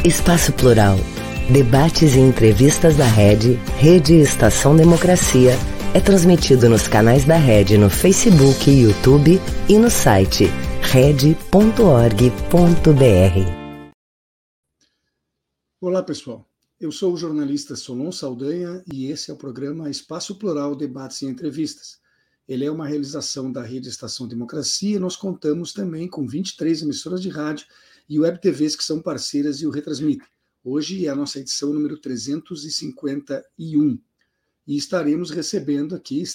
Espaço Plural. Debates e entrevistas da Rede Estação Democracia, é transmitido nos canais da Rede no Facebook e YouTube e no site rede.org.br. Olá, pessoal. Eu sou o jornalista Solon Saldanha e esse é o programa Espaço Plural, Debates e Entrevistas. Ele é uma realização da Rede Estação Democracia e nós contamos também com 23 emissoras de rádio e web TVs que são parceiras e o retransmitem. Hoje é a nossa edição número 351 e estamos recebendo aqui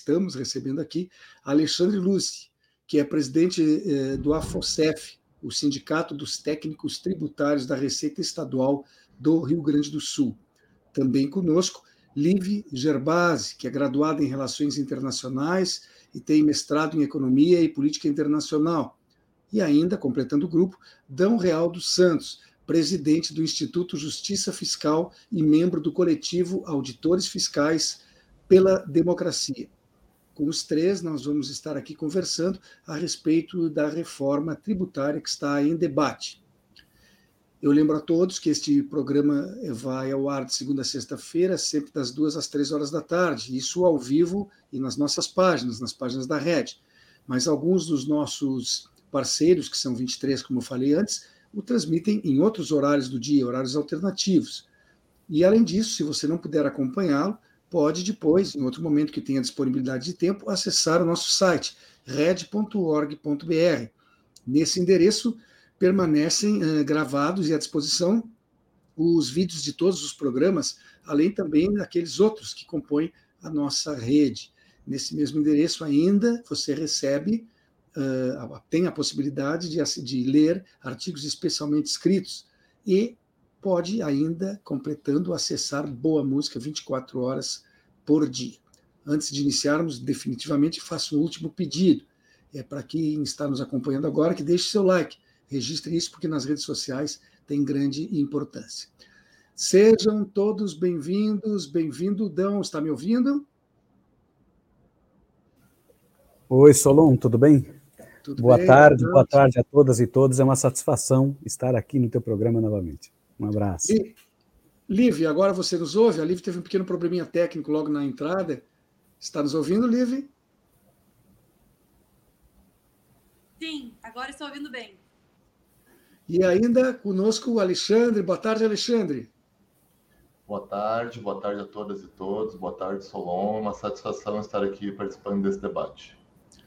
Alexandre Lucci, que é presidente do AFOCEF, o Sindicato dos Técnicos Tributários da Receita Estadual do Rio Grande do Sul. Também conosco, Liv Gerbasi, que é graduada em Relações Internacionais e tem mestrado em Economia e Política Internacional. E ainda, completando o grupo, Dão Real dos Santos, presidente do Instituto Justiça Fiscal e membro do coletivo Auditores Fiscais pela Democracia. Com os três, nós vamos estar aqui conversando a respeito da reforma tributária que está em debate. Eu lembro a todos que este programa vai ao ar de segunda a sexta-feira, sempre das 2 às 3 horas da tarde, isso ao vivo e nas nossas páginas, nas páginas da Rede. Mas alguns dos nossos parceiros, que são 23, como eu falei antes, o transmitem em outros horários do dia, horários alternativos. E, além disso, se você não puder acompanhá-lo, pode depois, em outro momento que tenha disponibilidade de tempo, acessar o nosso site, red.org.br. Nesse endereço, permanecem gravados e à disposição os vídeos de todos os programas, além também daqueles outros que compõem a nossa rede. Nesse mesmo endereço ainda, você recebe, tem a possibilidade de ler artigos especialmente escritos e pode ainda, completando, acessar boa música 24 horas por dia. Antes de iniciarmos, definitivamente, faço um último pedido. É para quem está nos acompanhando agora que deixe seu like. Registre isso porque nas redes sociais tem grande importância. Sejam todos bem-vindos. Bem-vindo, Dão. Está me ouvindo? Oi, Solon, tudo bem? Boa bem, tarde a todas e todos. É uma satisfação estar aqui no teu programa novamente. Um abraço. E, Liv, agora você nos ouve? A Liv teve um pequeno probleminha técnico logo na entrada. Está nos ouvindo, Liv? Sim, agora estou ouvindo bem. E ainda conosco o Alexandre. Boa tarde, Alexandre. Boa tarde a todas e todos. Boa tarde, Solon. Uma satisfação estar aqui participando desse debate.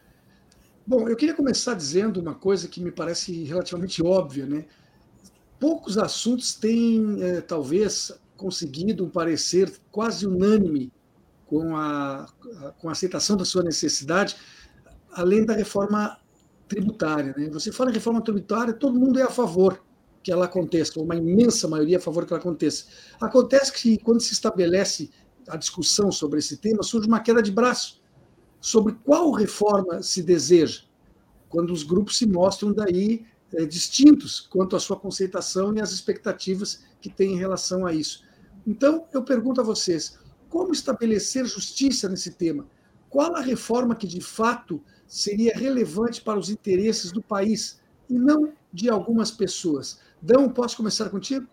Bom, eu queria começar dizendo uma coisa que me parece relativamente óbvia, né? Poucos assuntos têm, talvez, conseguido um parecer quase unânime com a aceitação da sua necessidade, além da reforma tributária, né? Você fala em reforma tributária, todo mundo é a favor que ela aconteça, ou uma imensa maioria é a favor que ela aconteça. Acontece que, quando se estabelece a discussão sobre esse tema, surge uma queda de braço sobre qual reforma se deseja, quando os grupos se mostram daí distintos quanto à sua conceituação e às expectativas que têm em relação a isso. Então, eu pergunto a vocês, como estabelecer justiça nesse tema? Qual a reforma que, de fato, seria relevante para os interesses do país e não de algumas pessoas? Dão, posso começar contigo?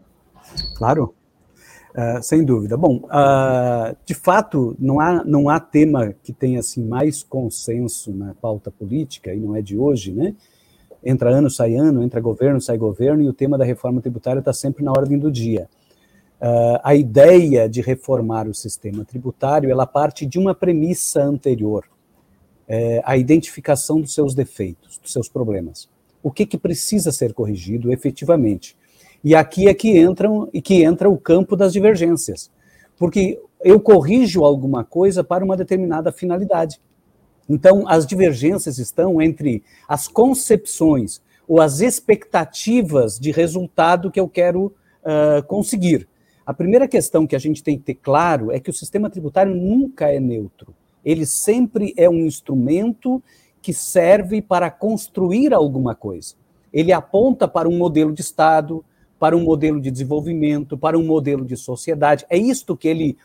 Claro, sem dúvida. Bom, de fato, não há tema que tenha assim, mais consenso na pauta política, e não é de hoje, né? Entra ano, sai ano, entra governo, sai governo, e o tema da reforma tributária está sempre na ordem do dia. A ideia de reformar o sistema tributário, ela parte de uma premissa anterior, a identificação dos seus defeitos, dos seus problemas. O que precisa ser corrigido efetivamente? E aqui é que entra o campo das divergências, porque eu corrijo alguma coisa para uma determinada finalidade. Então, as divergências estão entre as concepções ou as expectativas de resultado que eu quero conseguir. A primeira questão que a gente tem que ter claro é que o sistema tributário nunca é neutro. Ele sempre é um instrumento que serve para construir alguma coisa. Ele aponta para um modelo de Estado, para um modelo de desenvolvimento, para um modelo de sociedade. É isto que ele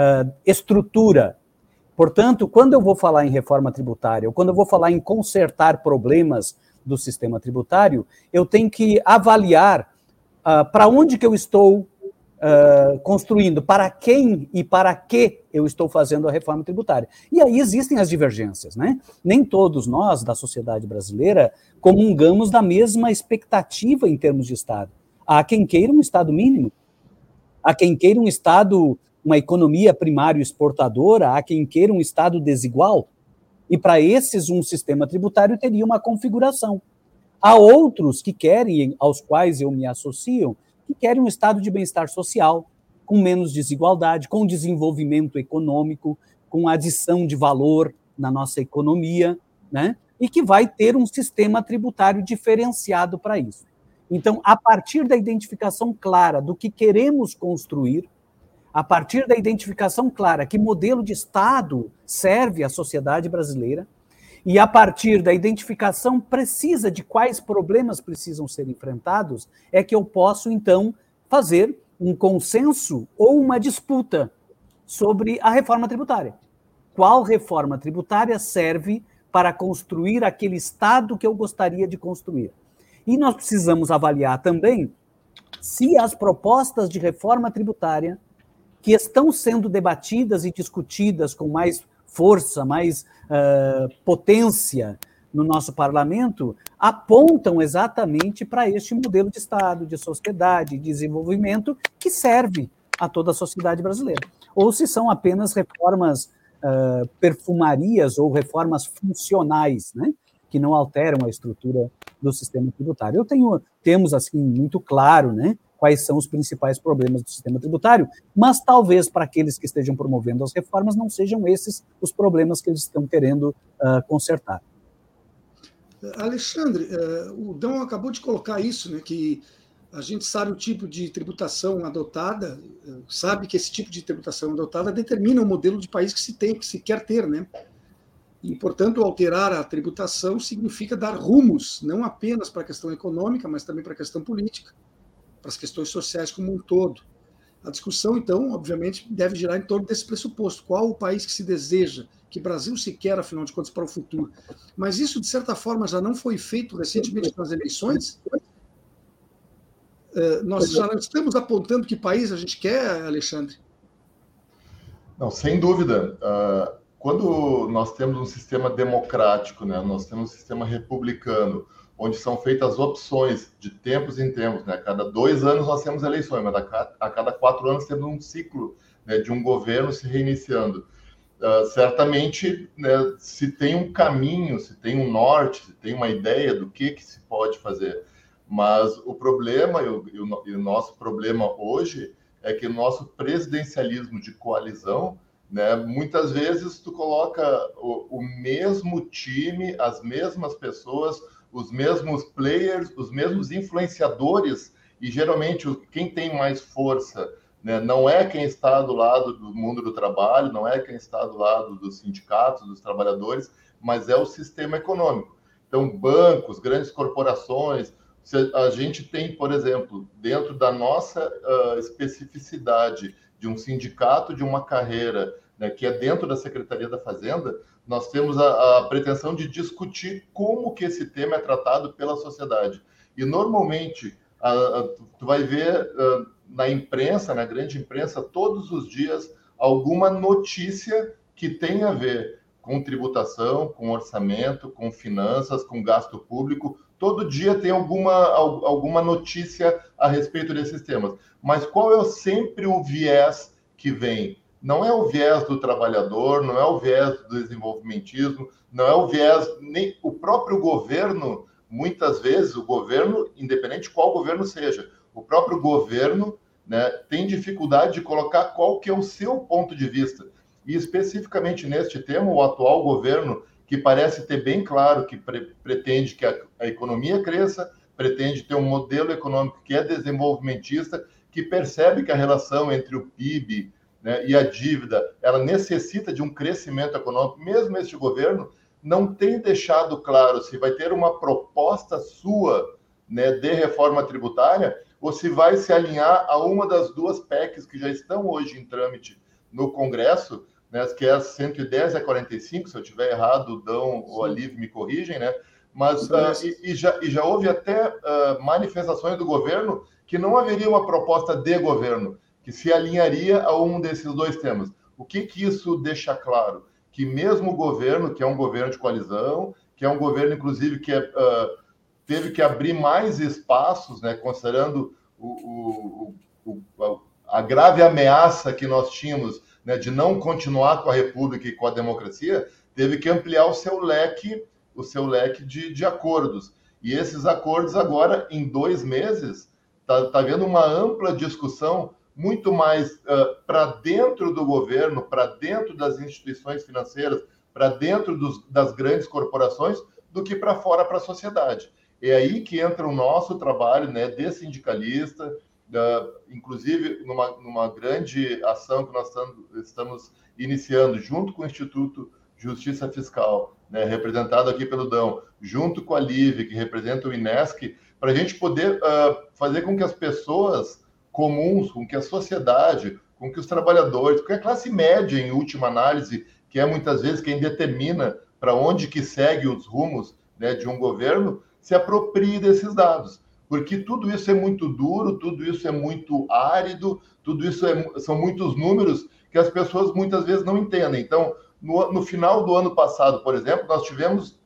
estrutura. Portanto, quando eu vou falar em reforma tributária, ou quando eu vou falar em consertar problemas do sistema tributário, eu tenho que avaliar para onde que eu estou construindo, para quem e para que eu estou fazendo a reforma tributária. E aí existem as divergências, né? Nem todos nós, da sociedade brasileira, comungamos da mesma expectativa em termos de Estado. Há quem queira um Estado mínimo, há quem queira um Estado, uma economia primário exportadora, há quem queira um Estado desigual, e para esses um sistema tributário teria uma configuração. Há outros que querem, aos quais eu me associo, que querem um estado de bem-estar social, com menos desigualdade, com desenvolvimento econômico, com adição de valor na nossa economia, né? E que vai ter um sistema tributário diferenciado para isso. Então, a partir da identificação clara do que queremos construir, a partir da identificação clara que modelo de Estado serve à sociedade brasileira, e a partir da identificação precisa de quais problemas precisam ser enfrentados, é que eu posso, então, fazer um consenso ou uma disputa sobre a reforma tributária. Qual reforma tributária serve para construir aquele Estado que eu gostaria de construir? E nós precisamos avaliar também se as propostas de reforma tributária que estão sendo debatidas e discutidas com mais força, mais potência no nosso parlamento, apontam exatamente para este modelo de Estado, de sociedade, de desenvolvimento que serve a toda a sociedade brasileira. Ou se são apenas reformas perfumarias ou reformas funcionais, né, que não alteram a estrutura do sistema tributário. Temos assim muito claro, né, quais são os principais problemas do sistema tributário, mas talvez para aqueles que estejam promovendo as reformas não sejam esses os problemas que eles estão querendo consertar. Alexandre, o Dão acabou de colocar isso, né, que a gente sabe o tipo de tributação adotada, sabe que esse tipo de tributação adotada determina o modelo de país que se tem, que se quer ter, né? E, portanto, alterar a tributação significa dar rumos, não apenas para a questão econômica, mas também para a questão política, para as questões sociais como um todo. A discussão, então, obviamente, deve girar em torno desse pressuposto. Qual o país que se deseja, que Brasil se quer, afinal de contas, para o futuro? Mas isso, de certa forma, já não foi feito recentemente nas eleições? Nós já estamos apontando que país a gente quer, Alexandre? Não, sem dúvida. Quando nós temos um sistema democrático, né, nós temos um sistema republicano, onde são feitas opções de tempos em tempos, né? A cada 2 anos nós temos eleições, mas a cada 4 anos temos um ciclo, né, de um governo se reiniciando. Certamente, né, se tem um caminho, se tem um norte, se tem uma ideia do que se pode fazer. Mas o problema, e o nosso problema hoje, é que o nosso presidencialismo de coalizão, né, muitas vezes tu coloca o mesmo time, as mesmas pessoas, os mesmos players, os mesmos influenciadores, e geralmente quem tem mais força, né, não é quem está do lado do mundo do trabalho, não é quem está do lado dos sindicatos, dos trabalhadores, mas é o sistema econômico. Então, bancos, grandes corporações, a gente tem, por exemplo, dentro da nossa especificidade de um sindicato, de uma carreira, né, que é dentro da Secretaria da Fazenda, nós temos a pretensão de discutir como que esse tema é tratado pela sociedade. E, normalmente, tu vai ver na imprensa, na grande imprensa, todos os dias, alguma notícia que tem a ver com tributação, com orçamento, com finanças, com gasto público. Todo dia tem alguma notícia a respeito desses temas. Mas qual é sempre o viés que vem? Não é o viés do trabalhador, não é o viés do desenvolvimentismo, não é o viés... Nem o próprio governo, muitas vezes, o governo, independente de qual governo seja, o próprio governo, né, tem dificuldade de colocar qual que é o seu ponto de vista. E especificamente neste tema, o atual governo, que parece ter bem claro que pretende que a economia cresça, pretende ter um modelo econômico que é desenvolvimentista, que percebe que a relação entre o PIB, né, e a dívida, ela necessita de um crescimento econômico. Mesmo este governo não tem deixado claro se vai ter uma proposta sua, né, de reforma tributária, ou se vai se alinhar a uma das 2 PECs que já estão hoje em trâmite no Congresso, né, que é a 110 e a 45, se eu estiver errado, o Dão ou a Liv me corrigem, né? Mas já houve até manifestações do governo que não haveria uma proposta de governo que se alinharia a um desses dois temas. O que isso deixa claro? Que mesmo o governo, que é um governo de coalizão, que é um governo, inclusive, que teve que abrir mais espaços, né, considerando a grave ameaça que nós tínhamos, né, de não continuar com a República e com a democracia, teve que ampliar o seu leque de acordos. E esses acordos agora, em 2 meses, está havendo uma ampla discussão, muito mais para dentro do governo, para dentro das instituições financeiras, para dentro das grandes corporações, do que para fora, para a sociedade. É aí que entra o nosso trabalho, né, de sindicalista, inclusive numa grande ação que nós estamos iniciando, junto com o Instituto Justiça Fiscal, né, representado aqui pelo Dão, junto com a LIVE, que representa o INESC, para a gente poder fazer com que as pessoas comuns, com que a sociedade, com que os trabalhadores, com que a classe média, em última análise, que é muitas vezes quem determina para onde que segue os rumos, né, de um governo, se aproprie desses dados. Porque tudo isso é muito duro, tudo isso é muito árido, tudo isso são muitos números que as pessoas muitas vezes não entendem. Então, no final do ano passado, por exemplo, nós tivemos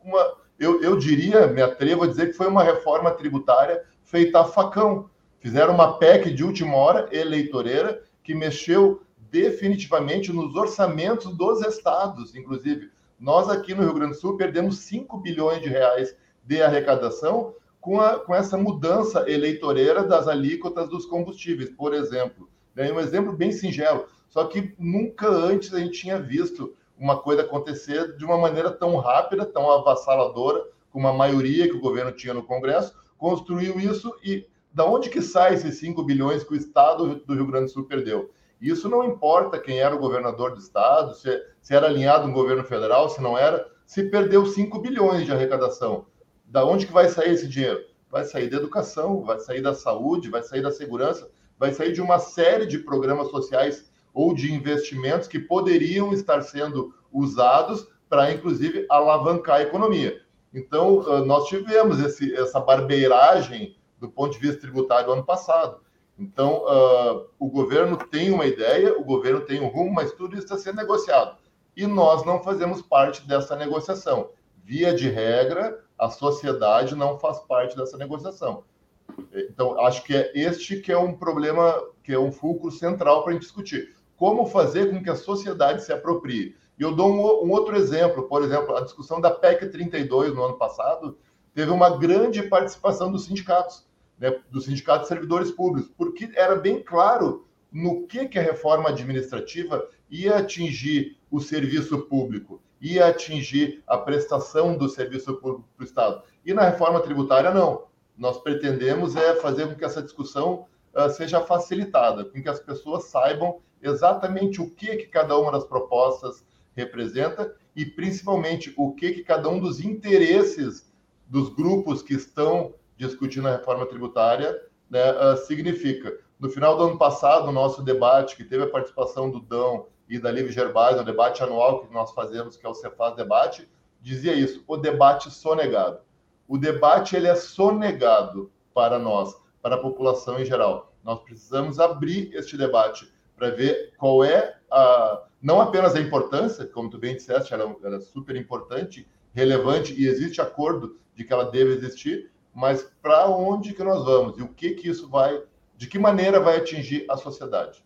eu diria, me atrevo a dizer que foi uma reforma tributária feita a facão. Fizeram uma PEC de última hora, eleitoreira, que mexeu definitivamente nos orçamentos dos estados. Inclusive, nós aqui no Rio Grande do Sul perdemos 5 bilhões de reais de arrecadação com essa mudança eleitoreira das alíquotas dos combustíveis, por exemplo. É um exemplo bem singelo, só que nunca antes a gente tinha visto uma coisa acontecer de uma maneira tão rápida, tão avassaladora, com uma maioria que o governo tinha no Congresso, construiu isso e da onde que sai esses 5 bilhões que o Estado do Rio Grande do Sul perdeu? Isso não importa quem era o governador do Estado, se era alinhado no governo federal, se não era, se perdeu 5 bilhões de arrecadação. Da onde que vai sair esse dinheiro? Vai sair da educação, vai sair da saúde, vai sair da segurança, vai sair de uma série de programas sociais ou de investimentos que poderiam estar sendo usados para, inclusive, alavancar a economia. Então, nós tivemos essa barbeiragem do ponto de vista tributário ano passado. Então, o governo tem uma ideia, o governo tem um rumo, mas tudo isso está sendo negociado. E nós não fazemos parte dessa negociação. Via de regra, a sociedade não faz parte dessa negociação. Então, acho que é este que é um problema, que é um fulcro central para a gente discutir. Como fazer com que a sociedade se aproprie? E eu dou um outro exemplo. Por exemplo, a discussão da PEC 32 no ano passado teve uma grande participação dos sindicatos, né, dos sindicatos de servidores públicos, porque era bem claro no que a reforma administrativa ia atingir o serviço público, ia atingir a prestação do serviço público para o Estado. E na reforma tributária, não. Nós pretendemos fazer com que essa discussão seja facilitada, com que as pessoas saibam exatamente o que cada uma das propostas representa e, principalmente, o que cada um dos interesses dos grupos que estão discutindo a reforma tributária, né, significa. No final do ano passado, o nosso debate, que teve a participação do Dão e da Liv Gerbaz, o debate anual que nós fazemos, que é o Cefaz Debate, dizia isso, o debate sonegado. O debate ele é sonegado para nós, para a população em geral. Nós precisamos abrir este debate para ver qual é não apenas a importância, como tu bem disseste, ela é super importante, relevante, e existe acordo de que ela deve existir, mas para onde que nós vamos e o que isso vai, de que maneira vai atingir a sociedade.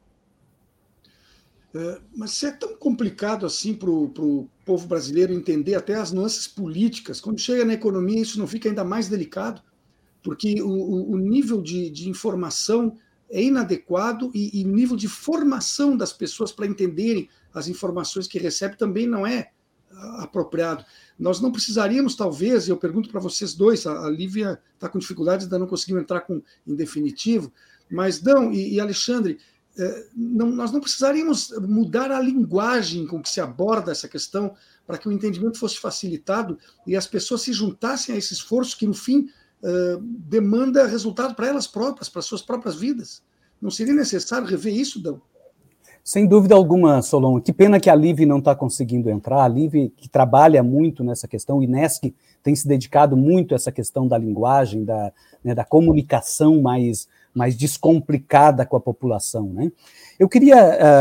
Mas se é tão complicado assim para o povo brasileiro entender até as nuances políticas, quando chega na economia isso não fica ainda mais delicado, porque o nível de informação é inadequado e o nível de formação das pessoas para entenderem as informações que recebem também não é apropriado. Nós não precisaríamos, talvez, eu pergunto para vocês dois, a Lívia está com dificuldades, ainda não conseguiu entrar em definitivo, mas Dão e Alexandre, nós não precisaríamos mudar a linguagem com que se aborda essa questão para que o entendimento fosse facilitado e as pessoas se juntassem a esse esforço que, no fim, demanda resultado para elas próprias, para suas próprias vidas. Não seria necessário rever isso, Dão? Sem dúvida alguma, Solon. Que pena que a Live não está conseguindo entrar. A Live, que trabalha muito nessa questão, o INESC tem se dedicado muito a essa questão da linguagem, da comunicação mais descomplicada com a população, né? Eu queria,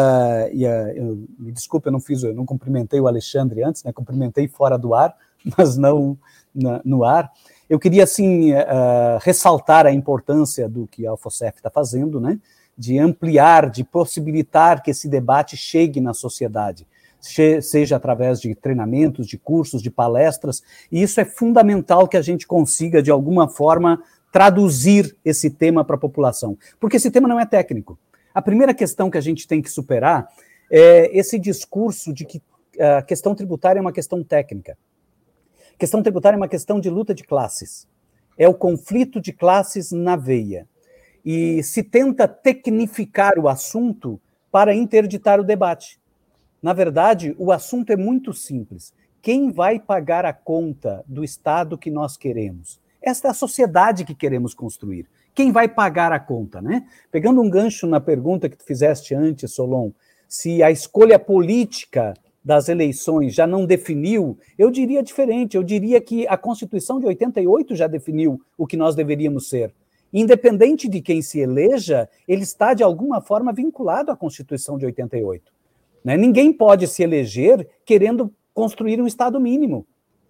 me desculpe, eu não cumprimentei o Alexandre antes, né? Cumprimentei fora do ar, mas não no ar. Eu queria, assim, ressaltar a importância do que a UFOSEF está fazendo, né? De ampliar, de possibilitar que esse debate chegue na sociedade, seja através de treinamentos, de cursos, de palestras, e isso é fundamental que a gente consiga, de alguma forma, traduzir esse tema para a população, porque esse tema não é técnico. A primeira questão que a gente tem que superar é esse discurso de que a questão tributária é uma questão técnica. A questão tributária é uma questão de luta de classes, é o conflito de classes na veia. E se tenta tecnificar o assunto para interditar o debate. Na verdade, o assunto é muito simples. Quem vai pagar a conta do Estado que nós queremos? Esta é a sociedade que queremos construir. Quem vai pagar a conta, né? Pegando um gancho na pergunta que tu fizeste antes, Solon, se a escolha política das eleições já não definiu, eu diria diferente. Eu diria que a Constituição de 88 já definiu o que nós deveríamos ser. Independente de quem se eleja, ele está, de alguma forma, vinculado à Constituição de 88. Né? Ninguém pode se eleger querendo construir um Estado mínimo.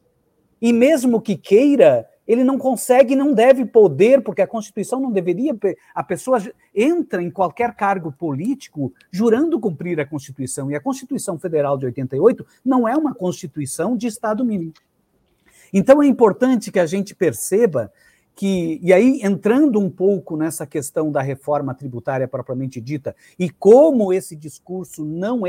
E mesmo que queira, ele não consegue e não deve poder, porque a Constituição não deveria... A pessoa entra em qualquer cargo político jurando cumprir a Constituição. E a Constituição Federal de 88 não é uma Constituição de Estado mínimo. Então é importante que a gente perceba que, e aí entrando um pouco nessa questão da reforma tributária propriamente dita, e como esse discurso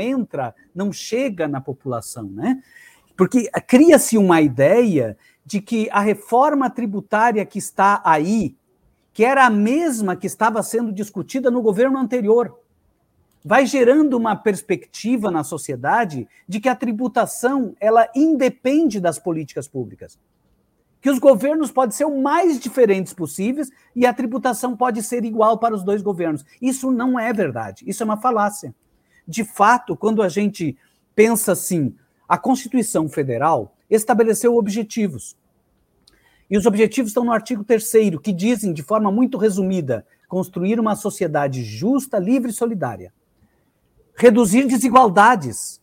não chega na população, né? Porque cria-se uma ideia de que a reforma tributária que está aí, que era a mesma que estava sendo discutida no governo anterior, vai gerando uma perspectiva na sociedade de que a tributação ela independe das políticas públicas. Que os governos podem ser o mais diferentes possíveis e a tributação pode ser igual para os dois governos. Isso não é verdade, isso é uma falácia. De fato, quando a gente pensa assim, a Constituição Federal estabeleceu objetivos. E os objetivos estão no artigo 3º, que dizem, de forma muito resumida, construir uma sociedade justa, livre e solidária. Reduzir desigualdades.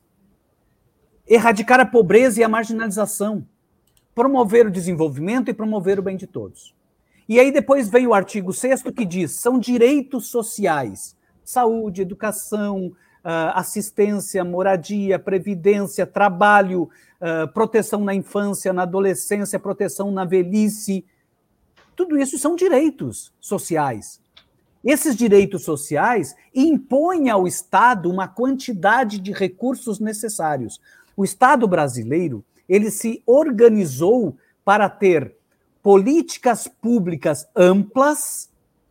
Erradicar a pobreza e a marginalização. Promover o desenvolvimento e promover o bem de todos. E aí depois vem o artigo 6º que diz, são direitos sociais, saúde, educação, assistência, moradia, previdência, trabalho, proteção na infância, na adolescência, proteção na velhice. Tudo isso são direitos sociais. Esses direitos sociais impõem ao Estado uma quantidade de recursos necessários. O Estado brasileiro, ele se organizou para ter políticas públicas amplas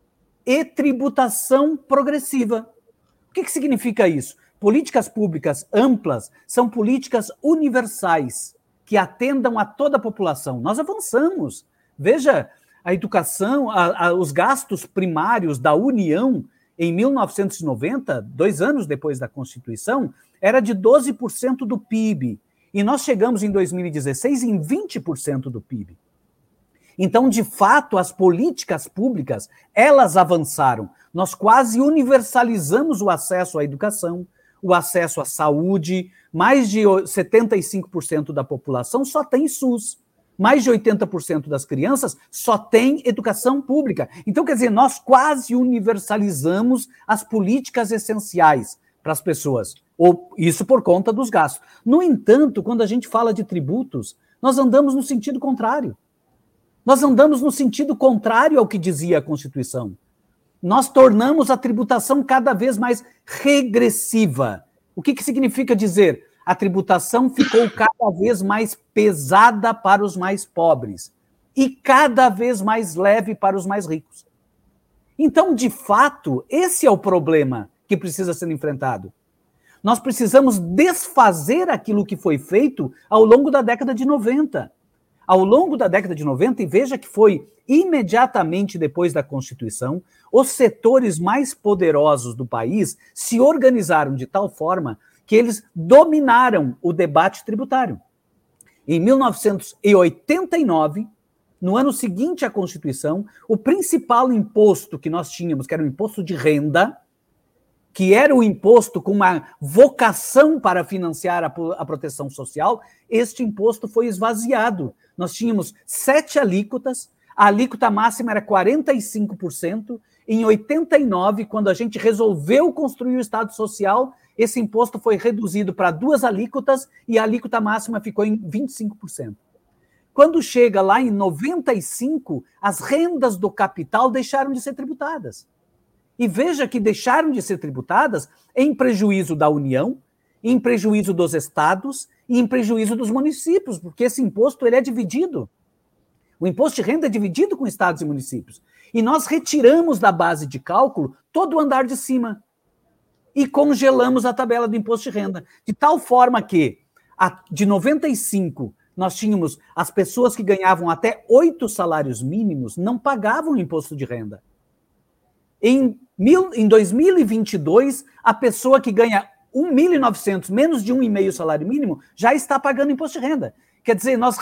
e tributação progressiva. O que significa isso? Políticas públicas amplas são políticas universais, que atendam a toda a população. Nós avançamos. Veja, a educação, os gastos primários da União, em 1990, 2 anos depois da Constituição, era de 12% do PIB. E nós chegamos em 2016 em 20% do PIB. Então, de fato, as políticas públicas, elas avançaram. Nós quase universalizamos o acesso à educação, o acesso à saúde. Mais de 75% da população só tem SUS. Mais de 80% das crianças só tem educação pública. Então, quer dizer, nós quase universalizamos as políticas essenciais para as pessoas. Ou isso por conta dos gastos. No entanto, quando a gente fala de tributos, nós andamos no sentido contrário. Nós andamos no sentido contrário ao que dizia a Constituição. Nós tornamos a tributação cada vez mais regressiva. O que significa dizer? A tributação ficou cada vez mais pesada para os mais pobres e cada vez mais leve para os mais ricos. Então, de fato, esse é o problema que precisa ser enfrentado. Nós precisamos desfazer aquilo que foi feito ao longo da década de 90. ao longo da década de 90, e veja que foi imediatamente depois da Constituição, os setores mais poderosos do país se organizaram de tal forma que eles dominaram o debate tributário. Em 1989, no ano seguinte à Constituição, o principal imposto que nós tínhamos, que era o imposto de renda, que era o imposto com uma vocação para financiar a proteção social, este imposto foi esvaziado. Nós tínhamos 7 alíquotas, a alíquota máxima era 45%. Em 89, quando a gente resolveu construir o Estado Social, esse imposto foi reduzido para 2 alíquotas e a alíquota máxima ficou em 25%. Quando chega lá em 95, as rendas do capital deixaram de ser tributadas. E veja que deixaram de ser tributadas em prejuízo da União, em prejuízo dos estados e em prejuízo dos municípios, porque esse imposto ele é dividido. O imposto de renda é dividido com estados e municípios. E nós retiramos da base de cálculo todo o andar de cima e congelamos a tabela do imposto de renda, de tal forma que, de 95, nós tínhamos as pessoas que ganhavam até 8 salários mínimos não pagavam imposto de renda. Em 2022, a pessoa que ganha 1.900, menos de 1,5 salário mínimo, já está pagando imposto de renda. Quer dizer, nós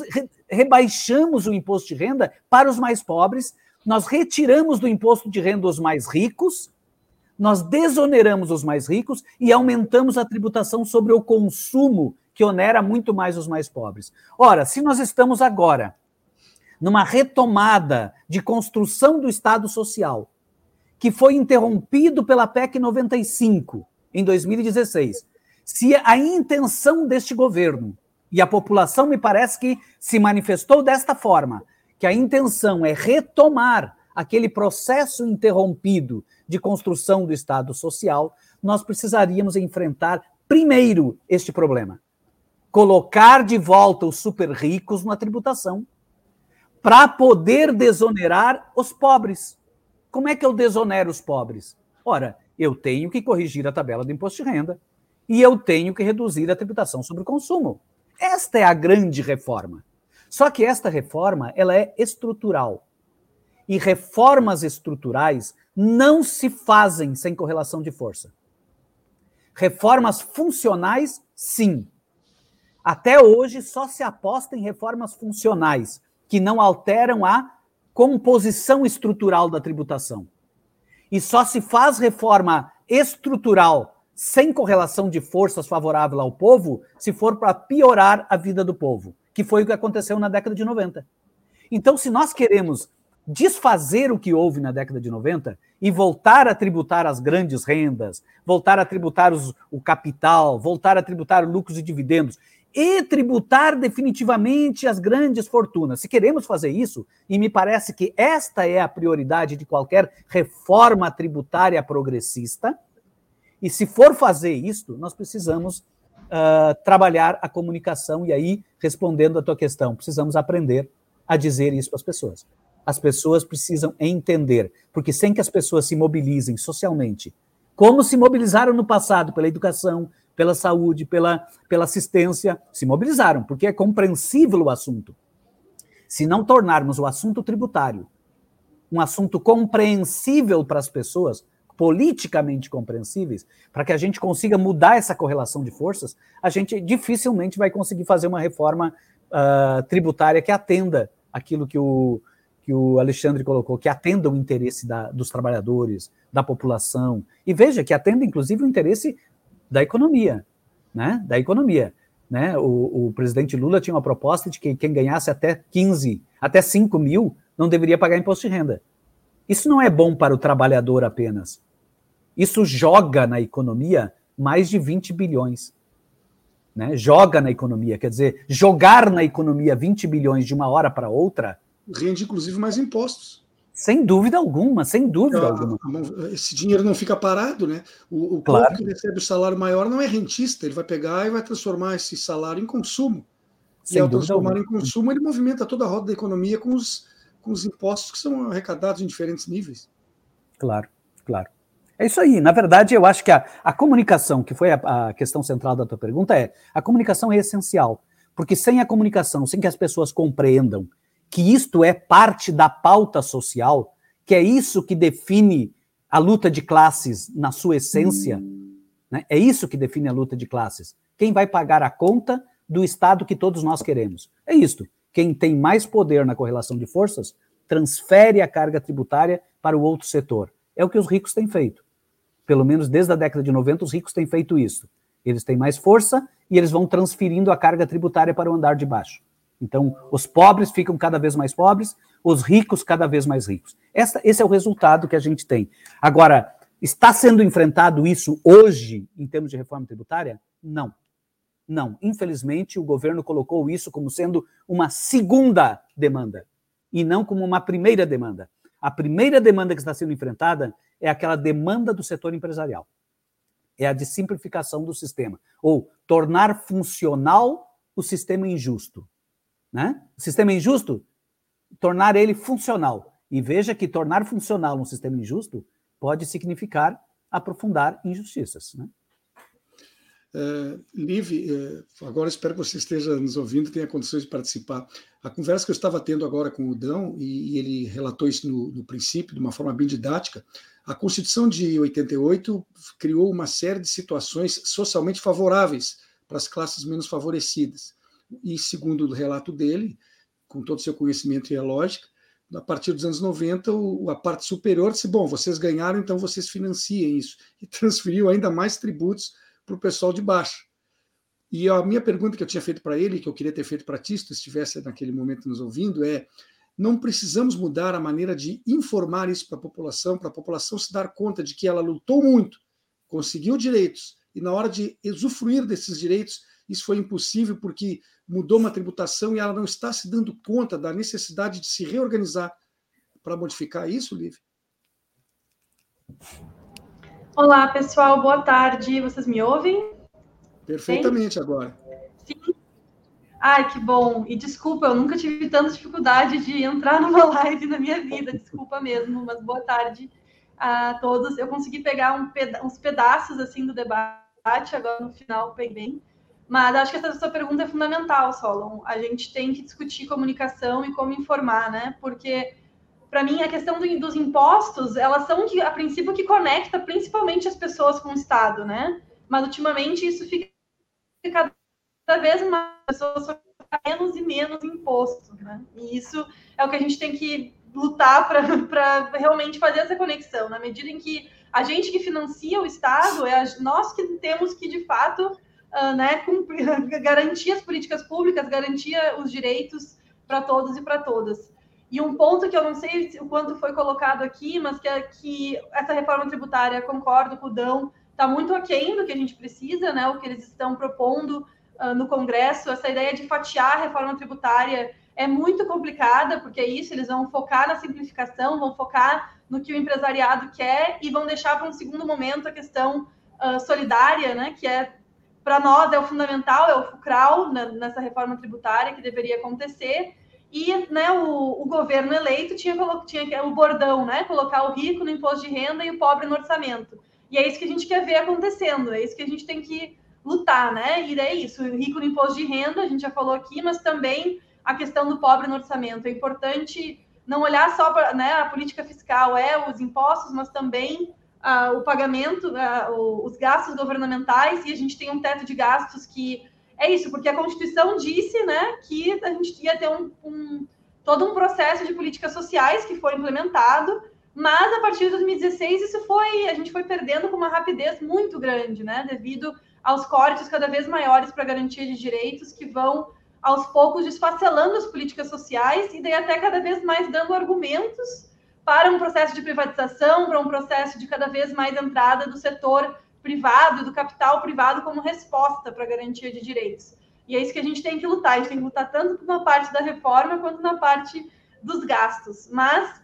rebaixamos o imposto de renda para os mais pobres, nós retiramos do imposto de renda os mais ricos, nós desoneramos os mais ricos e aumentamos a tributação sobre o consumo, que onera muito mais os mais pobres. Ora, se nós estamos agora numa retomada de construção do Estado Social, que foi interrompido pela PEC 95, em 2016, se a intenção deste governo, e a população me parece que se manifestou desta forma, que a intenção é retomar aquele processo interrompido de construção do Estado Social, nós precisaríamos enfrentar primeiro este problema. Colocar de volta os super ricos na tributação, para poder desonerar os pobres. Como é que eu desonero os pobres? Ora, eu tenho que corrigir a tabela do imposto de renda e eu tenho que reduzir a tributação sobre o consumo. Esta é a grande reforma. Só que esta reforma, ela é estrutural. E reformas estruturais não se fazem sem correlação de força. Reformas funcionais, sim. Até hoje, só se aposta em reformas funcionais, que não alteram a composição estrutural da tributação. E só se faz reforma estrutural sem correlação de forças favorável ao povo se for para piorar a vida do povo, que foi o que aconteceu na década de 90. Então, se nós queremos desfazer o que houve na década de 90 e voltar a tributar as grandes rendas, voltar a tributar o capital, voltar a tributar lucros e dividendos, e tributar definitivamente as grandes fortunas. Se queremos fazer isso, e me parece que esta é a prioridade de qualquer reforma tributária progressista, e se for fazer isso, nós precisamos trabalhar a comunicação, e aí, respondendo a tua questão, precisamos aprender a dizer isso para as pessoas. As pessoas precisam entender, porque sem que as pessoas se mobilizem socialmente, como se mobilizaram no passado pela educação, pela saúde, pela assistência, se mobilizaram, porque é compreensível o assunto. Se não tornarmos o assunto tributário um assunto compreensível para as pessoas, politicamente compreensíveis, para que a gente consiga mudar essa correlação de forças, a gente dificilmente vai conseguir fazer uma reforma tributária que atenda aquilo que o Alexandre colocou, que atenda o interesse dos trabalhadores, da população, e veja que atenda inclusive o interesse da economia, né? Da economia, né? O presidente Lula tinha uma proposta de que quem ganhasse até 5 mil não deveria pagar imposto de renda. Isso não é bom para o trabalhador apenas. Isso joga na economia mais de 20 bilhões. Né? Joga na economia, quer dizer, jogar na economia 20 bilhões de uma hora para outra... Rende, inclusive, mais impostos. Sem dúvida alguma, sem dúvida alguma. Esse dinheiro não fica parado, né? O claro. povo que recebe o salário maior não é rentista, ele vai pegar e vai transformar esse salário em consumo. Sem e ao dúvida transformar alguma. em consumo, ele movimenta toda a roda da economia com os impostos que são arrecadados em diferentes níveis. Claro, claro. É isso aí. Na verdade, eu acho que a comunicação, que foi a questão central da tua pergunta, a comunicação é essencial. Porque sem a comunicação, sem que as pessoas compreendam que isto é parte da pauta social, que é isso que define a luta de classes na sua essência, né? É isso que define a luta de classes. Quem vai pagar a conta do Estado que todos nós queremos? É isto. Quem tem mais poder na correlação de forças transfere a carga tributária para o outro setor. É o que os ricos têm feito. Pelo menos desde a década de 90, os ricos têm feito isso. Eles têm mais força e eles vão transferindo a carga tributária para o andar de baixo. Então, os pobres ficam cada vez mais pobres, os ricos cada vez mais ricos. Esse é o resultado que a gente tem. Agora, está sendo enfrentado isso hoje, em termos de reforma tributária? Não. Não. Infelizmente, o governo colocou isso como sendo uma segunda demanda, e não como uma primeira demanda. A primeira demanda que está sendo enfrentada é aquela demanda do setor empresarial. É a de simplificação do sistema, ou tornar funcional o sistema injusto. Né? O sistema injusto, tornar ele funcional. E veja que tornar funcional um sistema injusto pode significar aprofundar injustiças. Né? Liv, agora espero que você esteja nos ouvindo e tenha condições de participar. A conversa que eu estava tendo agora com o Dão, e ele relatou isso no princípio, de uma forma bem didática, a Constituição de 88 criou uma série de situações socialmente favoráveis para as classes menos favorecidas. E, segundo o relato dele, com todo o seu conhecimento e a lógica, a partir dos anos 90, a parte superior disse, bom, vocês ganharam, então vocês financiem isso. E transferiu ainda mais tributos para o pessoal de baixo. E a minha pergunta que eu tinha feito para ele, que eu queria ter feito para ti, se tu estivesse naquele momento nos ouvindo, é: não precisamos mudar a maneira de informar isso para a população se dar conta de que ela lutou muito, conseguiu direitos, e na hora de usufruir desses direitos, isso foi impossível porque mudou uma tributação e ela não está se dando conta da necessidade de se reorganizar para modificar isso, Liv? Olá, pessoal, boa tarde. Vocês me ouvem? Perfeitamente. Sim? Agora. Sim. Ai, que bom. E desculpa, eu nunca tive tanta dificuldade de entrar numa live na minha vida. Desculpa mesmo, mas boa tarde a todos. Eu consegui pegar uns pedaços assim do debate, agora no final peguei bem. Mas acho que essa sua pergunta é fundamental, Solon. A gente tem que discutir comunicação e como informar, né? Porque, para mim, a questão dos impostos, elas são, a princípio, que conecta principalmente as pessoas com o Estado, né? Mas, ultimamente, isso fica cada vez mais, as pessoas só menos e menos imposto, né? E isso é o que a gente tem que lutar para realmente fazer essa conexão. Na medida em que a gente que financia o Estado, nós que temos que, de fato, né, garantir as políticas públicas, garantir os direitos para todos e para todas. E um ponto que eu não sei o quanto foi colocado aqui, mas que essa reforma tributária, concordo com o Dão, está muito aquém do que a gente precisa, né, o que eles estão propondo no Congresso. Essa ideia de fatiar a reforma tributária é muito complicada, porque é isso, eles vão focar na simplificação, vão focar no que o empresariado quer e vão deixar para um segundo momento a questão solidária, né, que para nós é o fundamental, é o fulcral nessa reforma tributária que deveria acontecer. E, né, o governo eleito tinha o bordão, né, colocar o rico no imposto de renda e o pobre no orçamento. E é isso que a gente quer ver acontecendo, é isso que a gente tem que lutar, né? E é isso, o rico no imposto de renda, a gente já falou aqui, mas também a questão do pobre no orçamento. É importante não olhar só para, né, a política fiscal, os impostos, mas também o pagamento, os gastos governamentais, e a gente tem um teto de gastos que é isso, porque a Constituição disse, né, que a gente ia ter todo um processo de políticas sociais que foi implementado, mas a partir de 2016 a gente foi perdendo com uma rapidez muito grande, né, devido aos cortes cada vez maiores para garantia de direitos que vão aos poucos desfacelando as políticas sociais e daí até cada vez mais dando argumentos para um processo de privatização, para um processo de cada vez mais entrada do setor privado, do capital privado como resposta para a garantia de direitos. E é isso que a gente tem que lutar. A gente tem que lutar tanto na parte da reforma quanto na parte dos gastos. Mas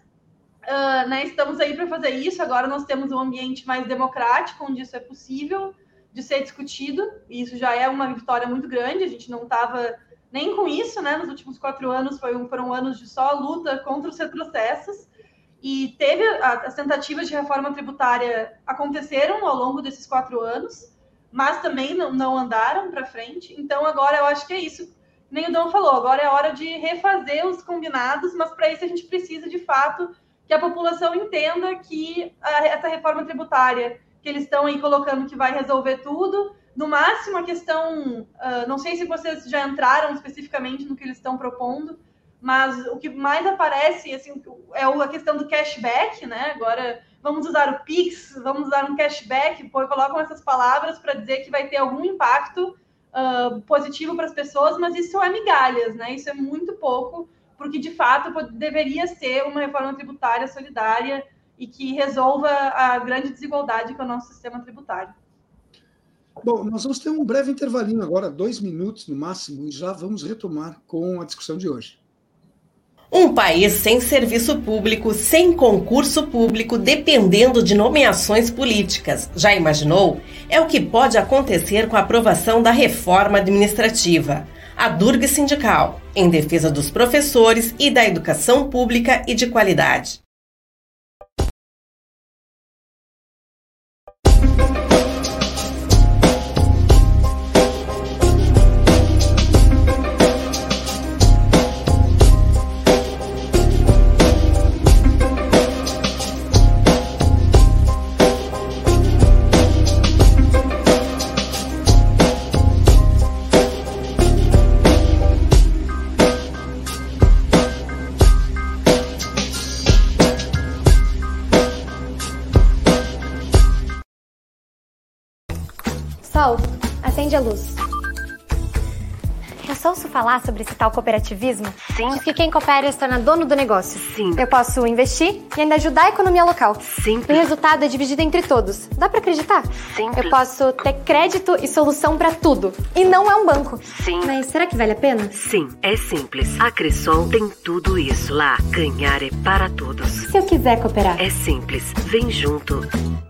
né, estamos aí para fazer isso. Agora nós temos um ambiente mais democrático, onde isso é possível de ser discutido. E isso já é uma vitória muito grande. A gente não estava nem com isso, né? Nos últimos 4 anos foram anos de só luta contra os retrocessos. E teve as tentativas de reforma tributária aconteceram ao longo desses 4 anos, mas também não andaram para frente. Então, agora eu acho que é isso nem o Dom falou, agora é hora de refazer os combinados, mas para isso a gente precisa, de fato, que a população entenda que essa reforma tributária que eles estão aí colocando que vai resolver tudo, no máximo a questão, não sei se vocês já entraram especificamente no que eles estão propondo, mas o que mais aparece assim, é a questão do cashback, né? Agora vamos usar o Pix, vamos usar um cashback, colocam essas palavras para dizer que vai ter algum impacto positivo para as pessoas, mas isso é migalhas, né? Isso é muito pouco, porque de fato deveria ser uma reforma tributária solidária e que resolva a grande desigualdade que é o nosso sistema tributário. Bom, nós vamos ter um breve intervalinho agora, 2 minutos no máximo, e já vamos retomar com a discussão de hoje. Um país sem serviço público, sem concurso público, dependendo de nomeações políticas. Já imaginou? É o que pode acontecer com a aprovação da reforma administrativa. A Durga Sindical, em defesa dos professores e da educação pública e de qualidade. Sol, acende a luz. Eu só ouço falar sobre esse tal cooperativismo. Sim. Diz que quem coopera se torna dono do negócio. Sim. Eu posso investir e ainda ajudar a economia local. Sim. O resultado é dividido entre todos. Dá pra acreditar? Sim. Eu posso ter crédito e solução pra tudo. E não é um banco. Sim. Mas será que vale a pena? Sim, é simples. A Cressol tem tudo isso lá. Ganhar é para todos. Se eu quiser cooperar? É simples. Vem junto.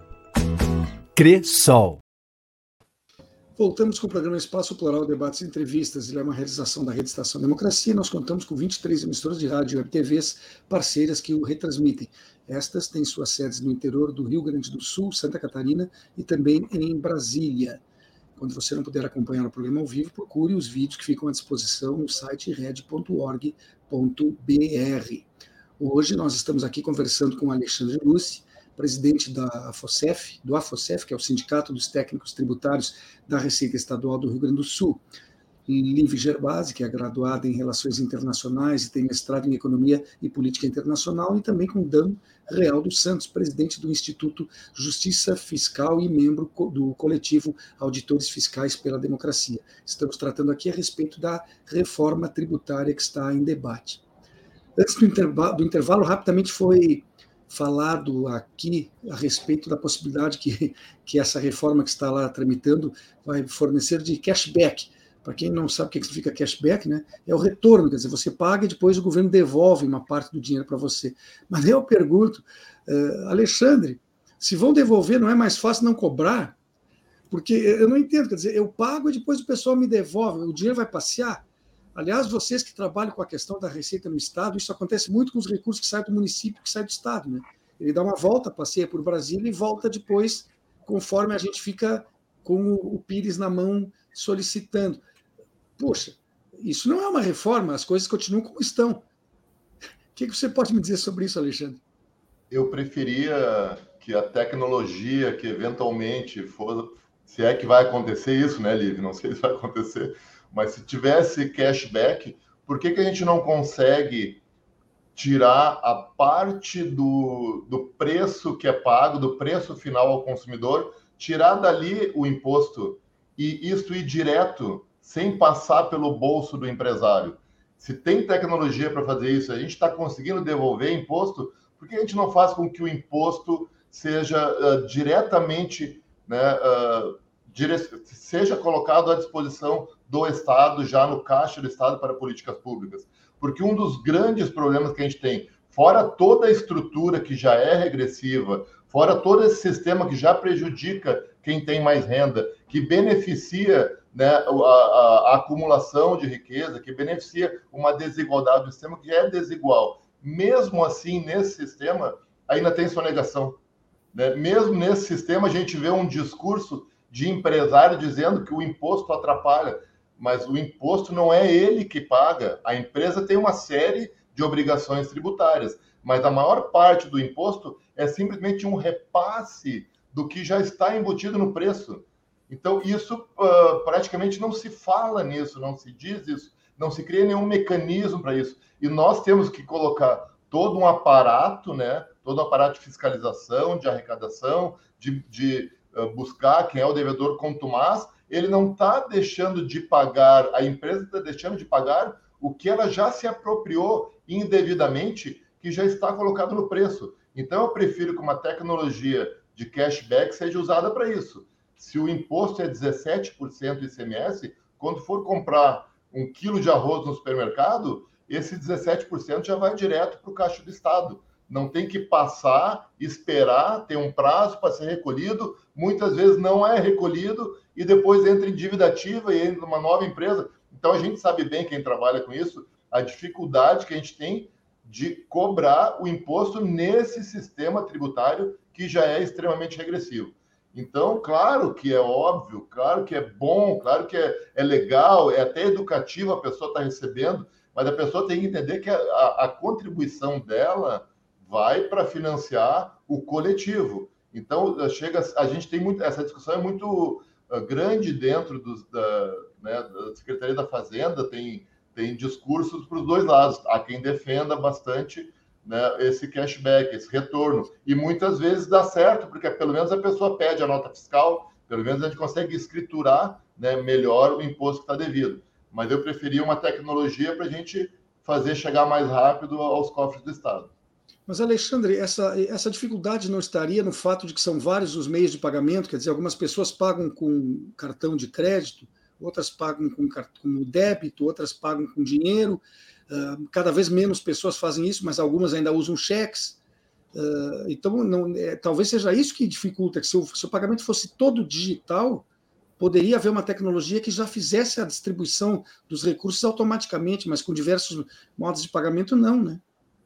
Cressol. Voltamos com o programa Espaço Plural, Debates e Entrevistas. Ele é uma realização da Rede Estação Democracia. Nós contamos com 23 emissoras de rádio e web TVs parceiras que o retransmitem. Estas têm suas sedes no interior do Rio Grande do Sul, Santa Catarina e também em Brasília. Quando você não puder acompanhar o programa ao vivo, procure os vídeos que ficam à disposição no site red.org.br. Hoje nós estamos aqui conversando com Alexandre Lucci, presidente do AFOSEF, que é o Sindicato dos Técnicos Tributários da Receita Estadual do Rio Grande do Sul, Livi Gerbasi, que é graduada em Relações Internacionais e tem mestrado em Economia e Política Internacional, e também com Dan Real dos Santos, presidente do Instituto Justiça Fiscal e membro do coletivo Auditores Fiscais pela Democracia. Estamos tratando aqui a respeito da reforma tributária que está em debate. Antes do intervalo, rapidamente foi falado aqui a respeito da possibilidade que essa reforma que está lá tramitando vai fornecer de cashback. Para quem não sabe o que significa cashback, né, é o retorno, quer dizer, você paga e depois o governo devolve uma parte do dinheiro para você. Mas eu pergunto, Alexandre, se vão devolver, não é mais fácil não cobrar? Porque eu não entendo, quer dizer, eu pago e depois o pessoal me devolve, o dinheiro vai passear? Aliás, vocês que trabalham com a questão da receita no Estado, isso acontece muito com os recursos que saem do município, que saem do Estado, né? Ele dá uma volta, passeia por Brasília e volta depois, conforme a gente fica com o Pires na mão solicitando. Poxa, isso não é uma reforma, as coisas continuam como estão. O que você pode me dizer sobre isso, Alexandre? Eu preferia que a tecnologia que eventualmente for, se é que vai acontecer isso, né, Liv? Não sei se vai acontecer, mas se tivesse cashback, por que a gente não consegue tirar a parte do preço que é pago, do preço final ao consumidor, tirar dali o imposto e isso ir direto, sem passar pelo bolso do empresário? Se tem tecnologia para fazer isso, a gente está conseguindo devolver imposto, por que a gente não faz com que o imposto seja diretamente, né, seja colocado à disposição do Estado, já no caixa do Estado para políticas públicas? Porque um dos grandes problemas que a gente tem, fora toda a estrutura que já é regressiva, fora todo esse sistema que já prejudica quem tem mais renda, que beneficia, né, a acumulação de riqueza, que beneficia uma desigualdade do sistema que é desigual. Mesmo assim, nesse sistema, ainda tem sonegação, né? Mesmo nesse sistema, a gente vê um discurso de empresário dizendo que o imposto atrapalha. mas o imposto não é ele que paga. A empresa tem uma série de obrigações tributárias, mas a maior parte do imposto é simplesmente um repasse do que já está embutido no preço. Então, isso praticamente não se fala nisso, não se diz isso, não se cria nenhum mecanismo para isso. E nós temos que colocar todo um aparato, né? Todo um aparato de fiscalização, de arrecadação, de buscar quem é o devedor contumaz. Ele não está deixando de pagar, a empresa está deixando de pagar o que ela já se apropriou indevidamente, que já está colocado no preço. Então, eu prefiro que uma tecnologia de cashback seja usada para isso. Se o imposto é 17% ICMS, quando for comprar 1 quilo de arroz no supermercado, esse 17% já vai direto para o caixa do Estado. Não tem que passar, esperar, ter um prazo para ser recolhido. Muitas vezes não é recolhido e depois entra em dívida ativa e entra numa nova empresa. Então, a gente sabe bem, quem trabalha com isso, a dificuldade que a gente tem de cobrar o imposto nesse sistema tributário que já é extremamente regressivo. Então, claro que é óbvio, claro que é bom, claro que é legal, é até educativo a pessoa estar recebendo, mas a pessoa tem que entender que a contribuição dela vai para financiar o coletivo. Então, a gente tem muito, essa discussão é muito grande dentro da Secretaria da Fazenda, tem discursos para os dois lados. Há quem defenda bastante, né, esse cashback, esse retorno. E muitas vezes dá certo, porque pelo menos a pessoa pede a nota fiscal, pelo menos a gente consegue escriturar, né, melhor o imposto que está devido. Mas eu preferia uma tecnologia para a gente fazer chegar mais rápido aos cofres do Estado. Mas, Alexandre, essa dificuldade não estaria no fato de que são vários os meios de pagamento, quer dizer, algumas pessoas pagam com cartão de crédito, outras pagam com débito, outras pagam com dinheiro, cada vez menos pessoas fazem isso, mas algumas ainda usam cheques. Então, talvez seja isso que dificulta, que se o pagamento fosse todo digital, poderia haver uma tecnologia que já fizesse a distribuição dos recursos automaticamente, mas com diversos modos de pagamento, não, né?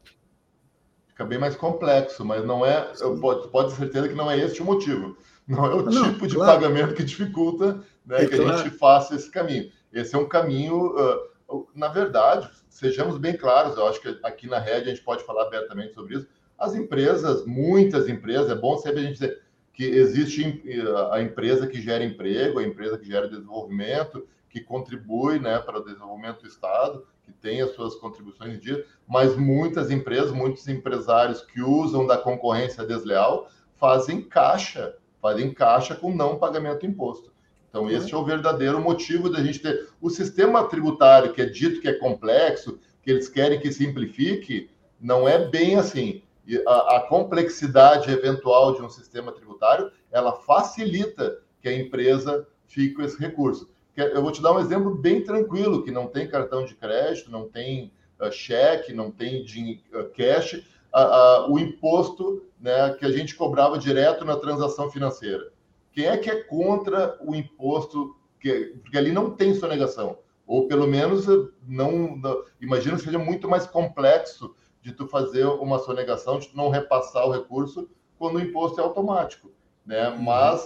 Fica bem mais complexo, mas não é. Pode ter certeza que não é este o motivo. Não é o tipo de pagamento que dificulta, né, que a gente faça esse caminho. Esse é um caminho, na verdade, sejamos bem claros, eu acho que aqui na Rede a gente pode falar abertamente sobre isso. As empresas, muitas empresas, é bom sempre a gente dizer que existe a empresa que gera emprego, a empresa que gera desenvolvimento, que contribui, né, para o desenvolvimento do Estado, que tem as suas contribuições em dia, mas muitas empresas, muitos empresários que usam da concorrência desleal fazem caixa com não pagamento de imposto. Então, esse é o verdadeiro motivo da gente ter o sistema tributário, que é dito que é complexo, que eles querem que simplifique, não é bem assim. E a complexidade eventual de um sistema tributário, ela facilita que a empresa fique com esse recurso. Eu vou te dar um exemplo bem tranquilo, que não tem cartão de crédito, não tem cheque, não tem cash, o imposto, né, que a gente cobrava direto na transação financeira. Quem é que é contra o imposto? Porque ali não tem sonegação. Ou pelo menos, imagino que seja muito mais complexo de tu fazer uma sonegação, de tu não repassar o recurso quando o imposto é automático, né? Mas,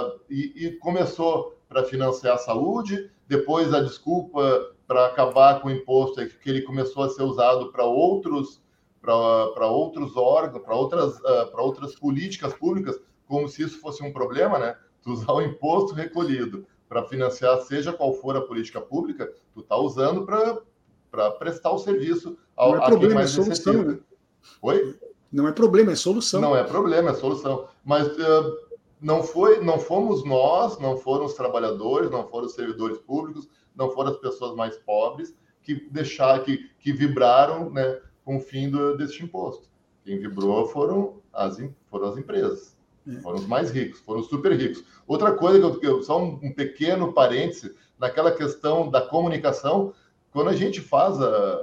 começou para financiar a saúde, depois a desculpa para acabar com o imposto é que ele começou a ser usado para outros órgãos, para outras políticas públicas, como se isso fosse um problema, né? Tu usar o imposto recolhido para financiar, seja qual for a política pública, tu está usando para prestar o serviço a quem mais necessita. Né? Oi? Não é problema, é solução. Não é problema, é solução. Mas não fomos nós, não foram os trabalhadores, não foram os servidores públicos, não foram as pessoas mais pobres que vibraram, né, com o fim deste imposto. Quem vibrou foram as empresas, foram os mais ricos, foram os super ricos. Outra coisa, só um pequeno parêntese, naquela questão da comunicação, quando a gente faz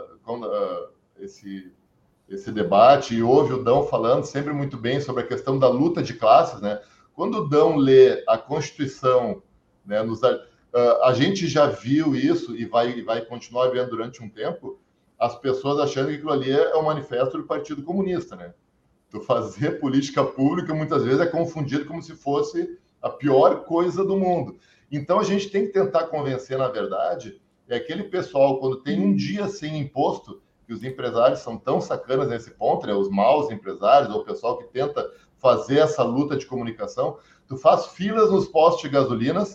esse debate, e ouve o Dão falando sempre muito bem sobre a questão da luta de classes, né? Quando o Dão lê a Constituição, né, a gente já viu isso e vai continuar vendo durante um tempo, as pessoas achando que aquilo ali é o manifesto do Partido Comunista, né? Tu fazer política pública muitas vezes é confundido como se fosse a pior coisa do mundo. Então, a gente tem que tentar convencer, na verdade, aquele pessoal, quando tem um dia sem imposto, que os empresários são tão sacanas nesse ponto, né? Os maus empresários, ou o pessoal que tenta fazer essa luta de comunicação, tu faz filas nos postos de gasolina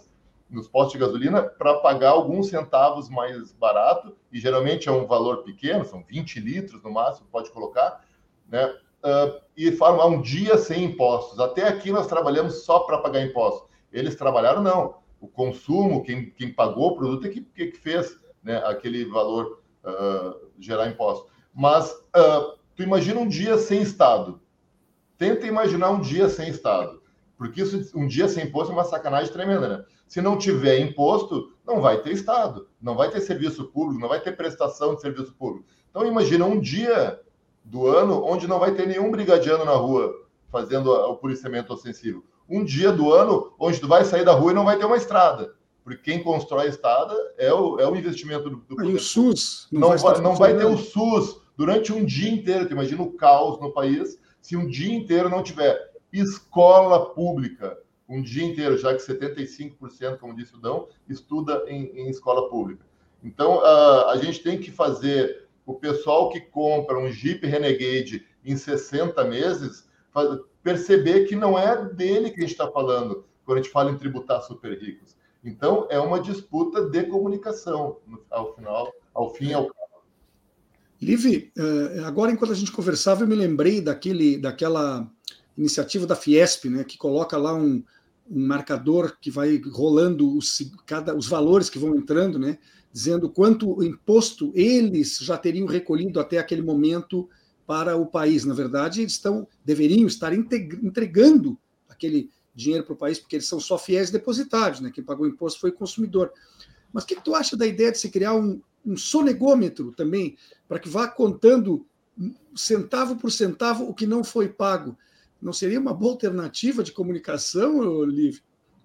para pagar alguns centavos mais barato, e geralmente é um valor pequeno, são 20 litros no máximo, pode colocar, né? E falam um dia sem impostos. Até aqui nós trabalhamos só para pagar impostos. Eles trabalharam, não. O consumo, quem pagou o produto é que fez, né, aquele valor gerar impostos. Mas tu imagina um dia sem Estado. Tenta imaginar um dia sem Estado. Porque um dia sem imposto é uma sacanagem tremenda, né? Se não tiver imposto, não vai ter Estado, não vai ter serviço público, não vai ter prestação de serviço público. Então, imagina um dia do ano onde não vai ter nenhum brigadiano na rua fazendo o policiamento ostensivo. Um dia do ano onde tu vai sair da rua e não vai ter uma estrada. Porque quem constrói a estrada é o investimento do E o SUS? Não vai ter o SUS durante um dia inteiro. Tu imagina o caos no país se um dia inteiro não tiver escola pública. Um dia inteiro, já que 75%, como disse o Dão, estuda em escola pública. Então, a gente tem que fazer o pessoal que compra um Jeep Renegade em 60 meses perceber que não é dele que a gente está falando quando a gente fala em tributar super ricos. Então, é uma disputa de comunicação, ao fim e ao cabo. Liv, agora, enquanto a gente conversava, eu me lembrei daquela iniciativa da Fiesp, né, que coloca lá um marcador que vai rolando os valores que vão entrando, né, dizendo quanto imposto eles já teriam recolhido até aquele momento para o país. Na verdade, eles deveriam estar entregando aquele dinheiro para o país, porque eles são só fiéis depositários, né? Quem pagou o imposto foi o consumidor. Mas o que tu acha da ideia de se criar um sonegômetro também, para que vá contando centavo por centavo o que não foi pago? Não seria uma boa alternativa de comunicação, Liv?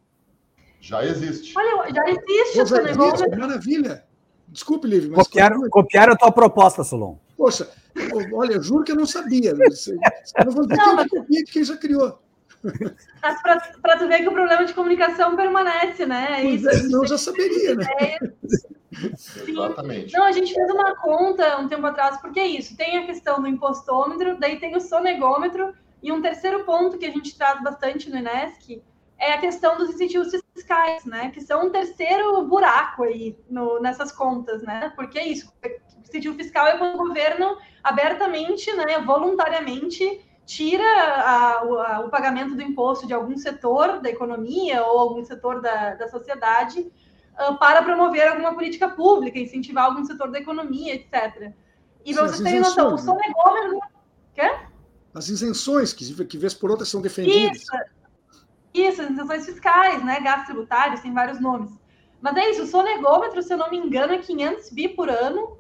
Já existe. Olha, já existe o sonegômetro. Maravilha. Desculpe, Liv, mas... Copiaram a tua proposta, Solon. Poxa, olha, eu juro que eu não sabia. Eu não vou dizer que quem já criou. Mas para tu ver que o problema de comunicação permanece, né? Isso, não, já saberia, né? Exatamente. Não, a gente fez uma conta um tempo atrás, porque é isso, tem a questão do impostômetro, daí tem o sonegômetro, e um terceiro ponto que a gente traz bastante no INESC é a questão dos incentivos fiscais, né? Que são um terceiro buraco aí nessas contas, né? Porque é isso, o incentivo fiscal é quando o governo abertamente, né, voluntariamente, tira o pagamento do imposto de algum setor da economia ou algum setor da sociedade para promover alguma política pública, incentivar algum setor da economia, etc. E para vocês terem noção, o sonegômetro... Quê? As isenções, que vez por outra são defendidas. Isso, as isenções fiscais, né? Gastos tributários, tem vários nomes. Mas é isso, o sonegômetro, se eu não me engano, é 500 bi por ano,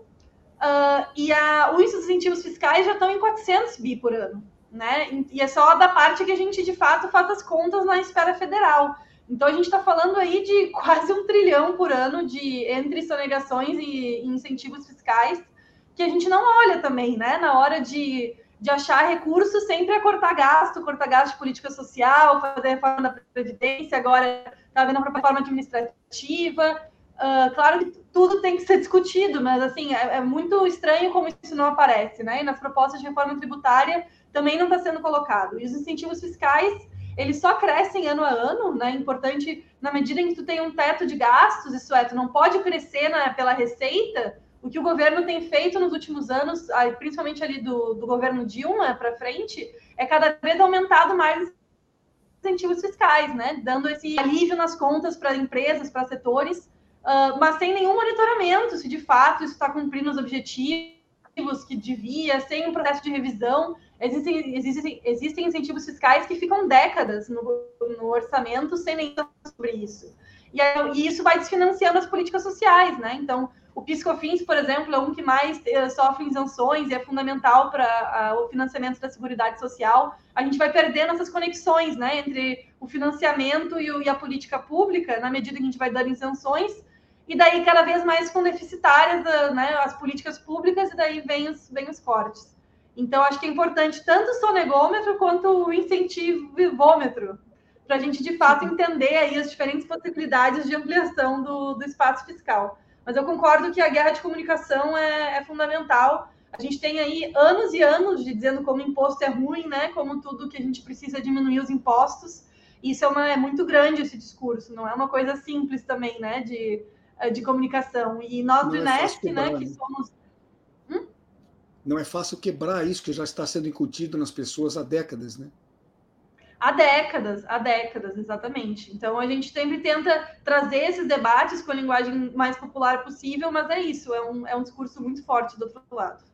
e os incentivos fiscais já estão em 400 bi por ano. Né? E é só da parte que a gente, de fato, faz as contas na esfera federal. Então, a gente está falando aí de quase 1 trilhão por ano entre sonegações e incentivos fiscais, que a gente não olha também, né? Na hora de achar recursos, sempre é cortar gasto de política social, fazer reforma da Previdência, agora está vendo a reforma administrativa. Claro que tudo tem que ser discutido, mas assim, é muito estranho como isso não aparece, né? E nas propostas de reforma tributária também não está sendo colocado. E os incentivos fiscais, eles só crescem ano a ano, né? Importante, na medida em que tu tem um teto de gastos, isso é, tu não pode crescer pela receita. O que o governo tem feito nos últimos anos, principalmente ali do governo Dilma para frente, é cada vez aumentado mais os incentivos fiscais, né? Dando esse alívio nas contas para empresas, para setores, mas sem nenhum monitoramento, se de fato isso está cumprindo os objetivos que devia, sem um processo de revisão. Existem incentivos fiscais que ficam décadas no orçamento sem nem sobre isso. E isso vai desfinanciando as políticas sociais, né? Então, o PIS/COFINS, por exemplo, é um que mais sofre isenções e é fundamental para o financiamento da Seguridade Social. A gente vai perdendo essas conexões, né, entre o financiamento e a política pública, na medida que a gente vai dando isenções, e daí cada vez mais com deficitárias, né, as políticas públicas, e daí vem os cortes. Então, acho que é importante tanto o sonegômetro quanto o incentivômetro, para a gente, de fato, entender aí as diferentes possibilidades de ampliação do espaço fiscal. Mas eu concordo que a guerra de comunicação é fundamental. A gente tem aí anos e anos de dizendo como imposto é ruim, né? Como tudo que a gente precisa diminuir os impostos. Isso é muito grande esse discurso, não é uma coisa simples também, né? De comunicação. E nós do INESC, né, que somos... Não é fácil quebrar isso que já está sendo incutido nas pessoas há décadas, né? Há décadas, exatamente. Então, a gente sempre tenta trazer esses debates com a linguagem mais popular possível, mas é isso, é um discurso muito forte do outro lado.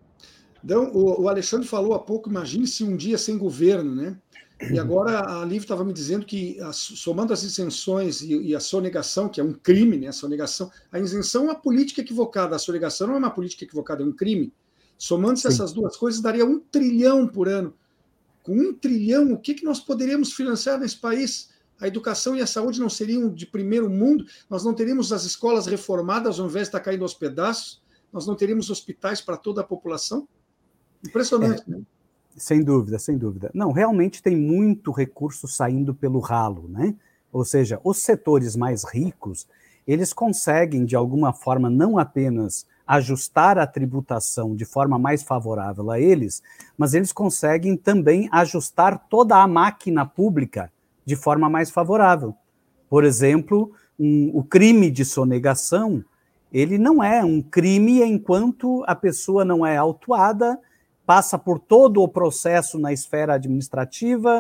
Então, o Alexandre falou há pouco, imagine se um dia sem governo, né? E agora a Liv estava me dizendo que, somando as isenções e a sonegação, que é um crime, né? A isenção é uma política equivocada, a sonegação não é uma política equivocada, é um crime. Somando-se essas duas coisas, daria 1 trilhão por ano. Com 1 trilhão, o que nós poderíamos financiar nesse país? A educação e a saúde não seriam de primeiro mundo? Nós não teríamos as escolas reformadas ao invés de estar caindo aos pedaços? Nós não teríamos hospitais para toda a população? Impressionante, né? Sem dúvida, sem dúvida. Não, realmente tem muito recurso saindo pelo ralo, né? Ou seja, os setores mais ricos, eles conseguem, de alguma forma, não apenas ajustar a tributação de forma mais favorável a eles, mas eles conseguem também ajustar toda a máquina pública de forma mais favorável. Por exemplo, o crime de sonegação, ele não é um crime enquanto a pessoa não é autuada, passa por todo o processo na esfera administrativa,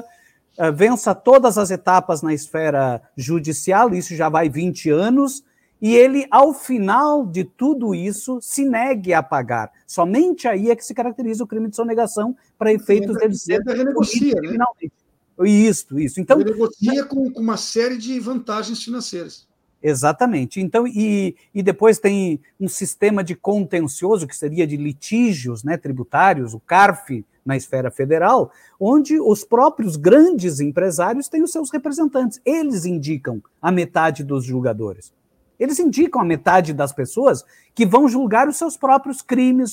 vença todas as etapas na esfera judicial, isso já vai 20 anos, e ele, ao final de tudo isso, se negue a pagar. Somente aí é que se caracteriza o crime de sonegação para efeitos dele ser renegocia, criminalmente. Né? Isso. Então, renegocia com uma série de vantagens financeiras. Exatamente. Então, e depois tem um sistema de contencioso, que seria de litígios, né, tributários, o CARF, na esfera federal, onde os próprios grandes empresários têm os seus representantes. Eles indicam a metade dos julgadores. Eles indicam a metade das pessoas que vão julgar os seus próprios crimes,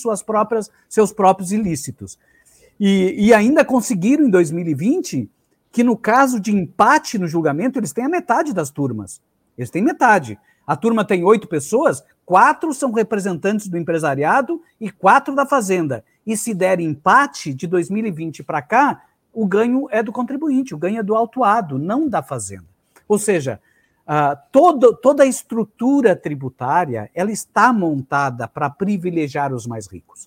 seus próprios ilícitos. E ainda conseguiram, em 2020, que no caso de empate no julgamento, eles têm a metade das turmas. Eles têm metade. A turma tem 8 pessoas, 4 são representantes do empresariado e 4 da fazenda. E se der empate de 2020 para cá, o ganho é do contribuinte, o ganho é do autuado, não da fazenda. Ou seja, toda a estrutura tributária, ela está montada para privilegiar os mais ricos.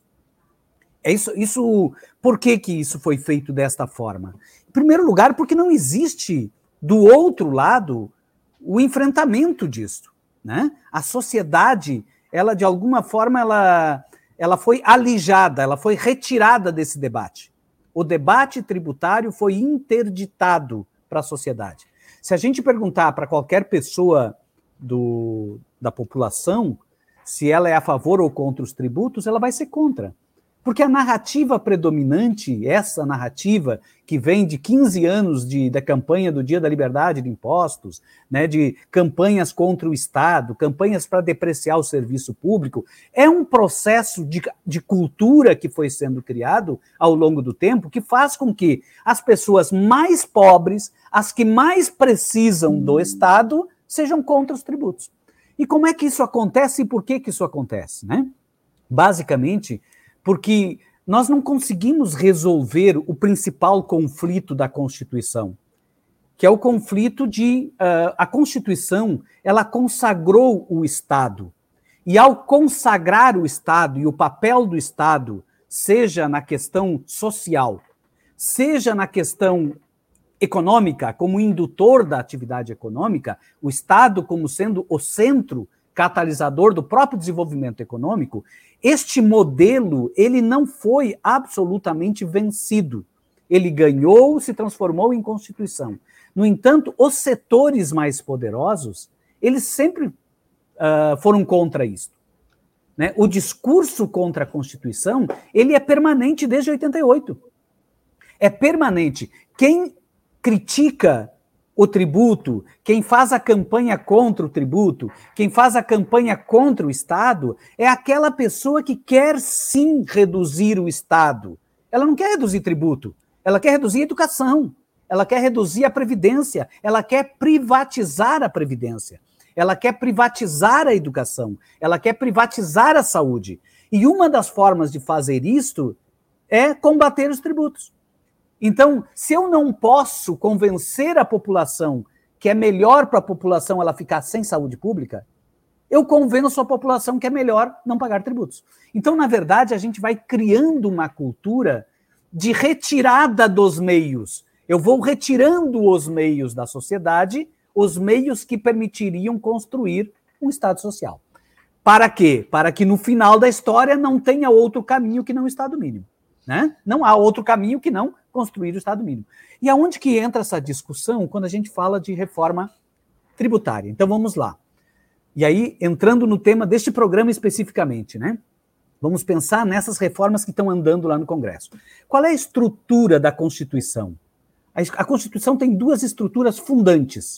Por que isso foi feito desta forma? Em primeiro lugar, porque não existe, do outro lado, o enfrentamento disso, né? A sociedade, ela de alguma forma, ela foi alijada, ela foi retirada desse debate. O debate tributário foi interditado para a sociedade. Se a gente perguntar para qualquer pessoa da população se ela é a favor ou contra os tributos, ela vai ser contra. Porque a narrativa predominante, essa narrativa que vem de 15 anos da campanha do Dia da Liberdade de Impostos, né, de campanhas contra o Estado, campanhas para depreciar o serviço público, é um processo de cultura que foi sendo criado ao longo do tempo, que faz com que as pessoas mais pobres, as que mais precisam do Estado, sejam contra os tributos. E como é que isso acontece e por que isso acontece, né? Basicamente, porque nós não conseguimos resolver o principal conflito da Constituição, que é o conflito a Constituição, ela consagrou o Estado. E ao consagrar o Estado e o papel do Estado, seja na questão social, seja na questão econômica, como indutor da atividade econômica, o Estado como sendo o centro catalisador do próprio desenvolvimento econômico, este modelo, ele não foi absolutamente vencido. Ele ganhou, se transformou em Constituição. No entanto, os setores mais poderosos, eles sempre foram contra isso. Né? O discurso contra a Constituição, ele é permanente desde 88. É permanente. Quem critica o tributo, quem faz a campanha contra o tributo, quem faz a campanha contra o Estado, é aquela pessoa que quer sim reduzir o Estado. Ela não quer reduzir tributo, ela quer reduzir a educação, ela quer reduzir a Previdência, ela quer privatizar a Previdência, ela quer privatizar a educação, ela quer privatizar a saúde. E uma das formas de fazer isto é combater os tributos. Então, se eu não posso convencer a população que é melhor para a população ela ficar sem saúde pública, eu convenço a população que é melhor não pagar tributos. Então, na verdade, a gente vai criando uma cultura de retirada dos meios. Eu vou retirando os meios da sociedade, os meios que permitiriam construir um Estado social. Para quê? Para que no final da história não tenha outro caminho que não o Estado mínimo. Né? Não há outro caminho que não construir o Estado mínimo. E aonde que entra essa discussão quando a gente fala de reforma tributária? Então vamos lá. E aí, entrando no tema deste programa especificamente, né? Vamos pensar nessas reformas que estão andando lá no Congresso. Qual é a estrutura da Constituição? A Constituição tem duas estruturas fundantes.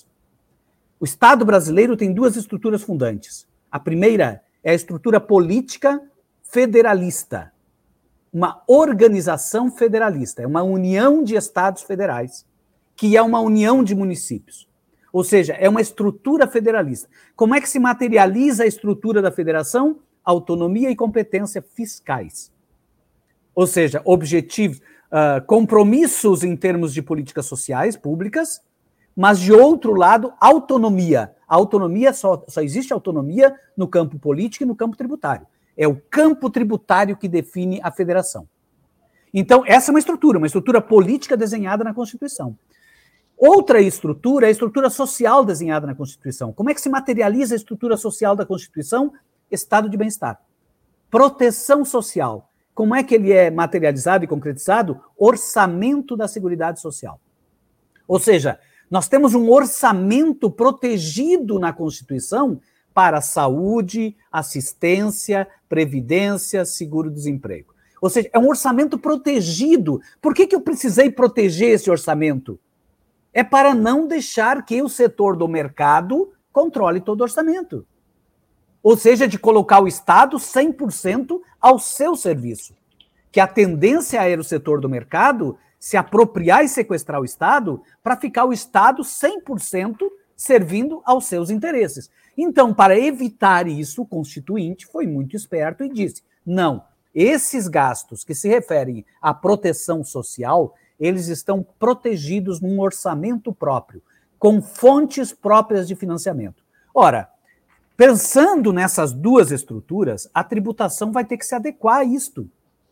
O Estado brasileiro tem duas estruturas fundantes. A primeira é a estrutura política federalista. Uma organização federalista, é uma união de estados federais, que é uma união de municípios. Ou seja, é uma estrutura federalista. Como é que se materializa a estrutura da federação? Autonomia e competência fiscais. Ou seja, objetivos, compromissos em termos de políticas sociais públicas, mas, de outro lado, autonomia. A autonomia só existe autonomia no campo político e no campo tributário. É o campo tributário que define a federação. Então, essa é uma estrutura política desenhada na Constituição. Outra estrutura é a estrutura social desenhada na Constituição. Como é que se materializa a estrutura social da Constituição? Estado de bem-estar. Proteção social. Como é que ele é materializado e concretizado? Orçamento da Seguridade Social. Ou seja, nós temos um orçamento protegido na Constituição para saúde, assistência, previdência, seguro-desemprego. Ou seja, é um orçamento protegido. Por que eu precisei proteger esse orçamento? É para não deixar que o setor do mercado controle todo o orçamento. Ou seja, de colocar o Estado 100% ao seu serviço. Que a tendência era o setor do mercado se apropriar e sequestrar o Estado para ficar o Estado 100% servindo aos seus interesses. Então, para evitar isso, o Constituinte foi muito esperto e disse, não, esses gastos que se referem à proteção social, eles estão protegidos num orçamento próprio, com fontes próprias de financiamento. Ora, pensando nessas duas estruturas, a tributação vai ter que se adequar a isto.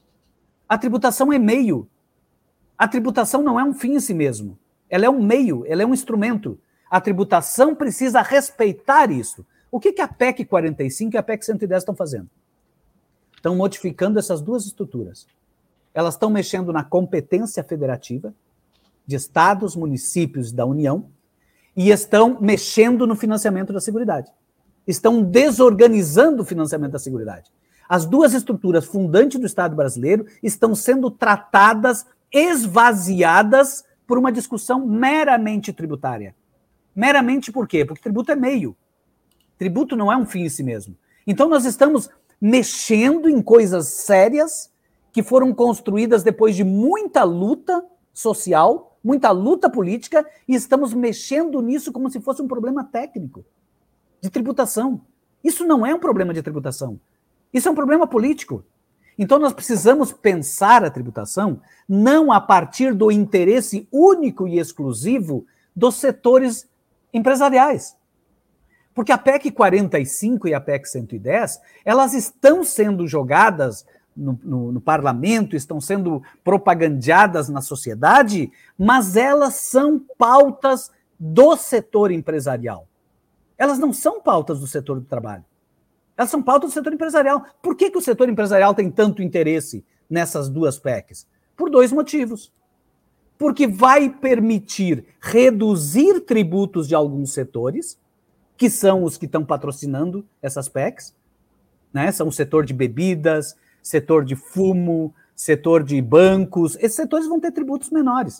A tributação é meio. A tributação não é um fim em si mesmo. Ela é um meio, ela é um instrumento. A tributação precisa respeitar isso. O que a PEC 45 e a PEC 110 estão fazendo? Estão modificando essas duas estruturas. Elas estão mexendo na competência federativa de estados, municípios da União e estão mexendo no financiamento da Seguridade. Estão desorganizando o financiamento da Seguridade. As duas estruturas fundantes do Estado brasileiro estão sendo tratadas, esvaziadas por uma discussão meramente tributária. Meramente por quê? Porque tributo é meio. Tributo não é um fim em si mesmo. Então nós estamos mexendo em coisas sérias que foram construídas depois de muita luta social, muita luta política, e estamos mexendo nisso como se fosse um problema técnico de tributação. Isso não é um problema de tributação. Isso é um problema político. Então nós precisamos pensar a tributação não a partir do interesse único e exclusivo dos setores empresariais. Porque a PEC 45 e a PEC 110, elas estão sendo jogadas no parlamento, estão sendo propagandeadas na sociedade, mas elas são pautas do setor empresarial. Elas não são pautas do setor do trabalho. Elas são pautas do setor empresarial. Por que o setor empresarial tem tanto interesse nessas duas PECs? Por dois motivos. Porque vai permitir reduzir tributos de alguns setores, que são os que estão patrocinando essas PECs, né? São o setor de bebidas, setor de fumo, setor de bancos. Esses setores vão ter tributos menores.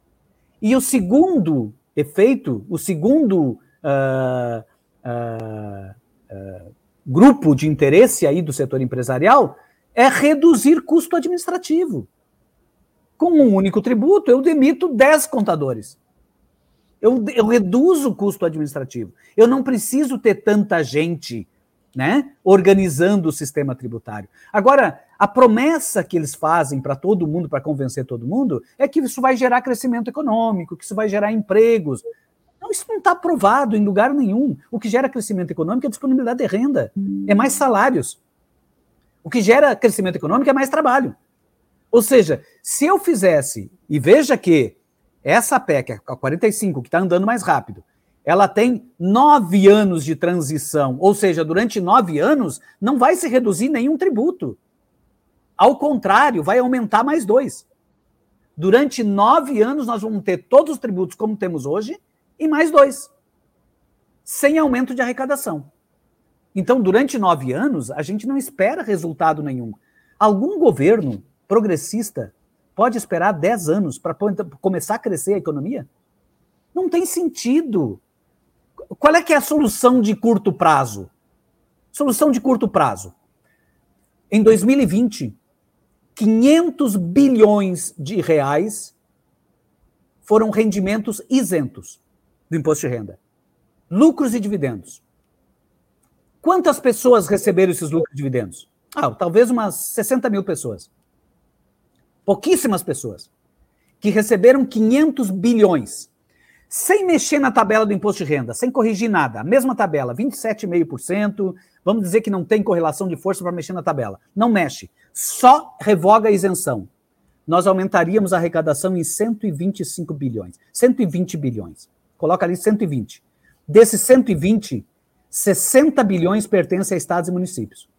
E o segundo efeito, o segundo grupo de interesse aí do setor empresarial é reduzir custo administrativo. Com um único tributo, eu demito 10 contadores. Eu reduzo o custo administrativo. Eu não preciso ter tanta gente, né, organizando o sistema tributário. Agora, a promessa que eles fazem para todo mundo, para convencer todo mundo, é que isso vai gerar crescimento econômico, que isso vai gerar empregos. Não, isso não está aprovado em lugar nenhum. O que gera crescimento econômico é disponibilidade de renda, é mais salários. O que gera crescimento econômico é mais trabalho. Ou seja, se eu fizesse, e veja que essa PEC, a 45, que está andando mais rápido, ela tem 9 anos de transição, ou seja, durante 9 anos não vai se reduzir nenhum tributo. Ao contrário, vai aumentar mais 2. Durante 9 anos nós vamos ter todos os tributos como temos hoje e mais 2, sem aumento de arrecadação. Então, durante 9 anos, a gente não espera resultado nenhum. Algum governo progressista pode esperar 10 anos para começar a crescer a economia? Não tem sentido. Qual é que é a solução de curto prazo? Solução de curto prazo. Em 2020, 500 bilhões de reais foram rendimentos isentos do imposto de renda. Lucros e dividendos. Quantas pessoas receberam esses lucros e dividendos? Talvez umas 60 mil pessoas. Pouquíssimas pessoas que receberam 500 bilhões, sem mexer na tabela do imposto de renda, sem corrigir nada. A mesma tabela, 27,5%, vamos dizer que não tem correlação de força para mexer na tabela. Não mexe, só revoga a isenção. Nós aumentaríamos a arrecadação em 125 bilhões. 120 bilhões. Coloca ali 120. Desses 120, 60 bilhões pertencem a estados e municípios.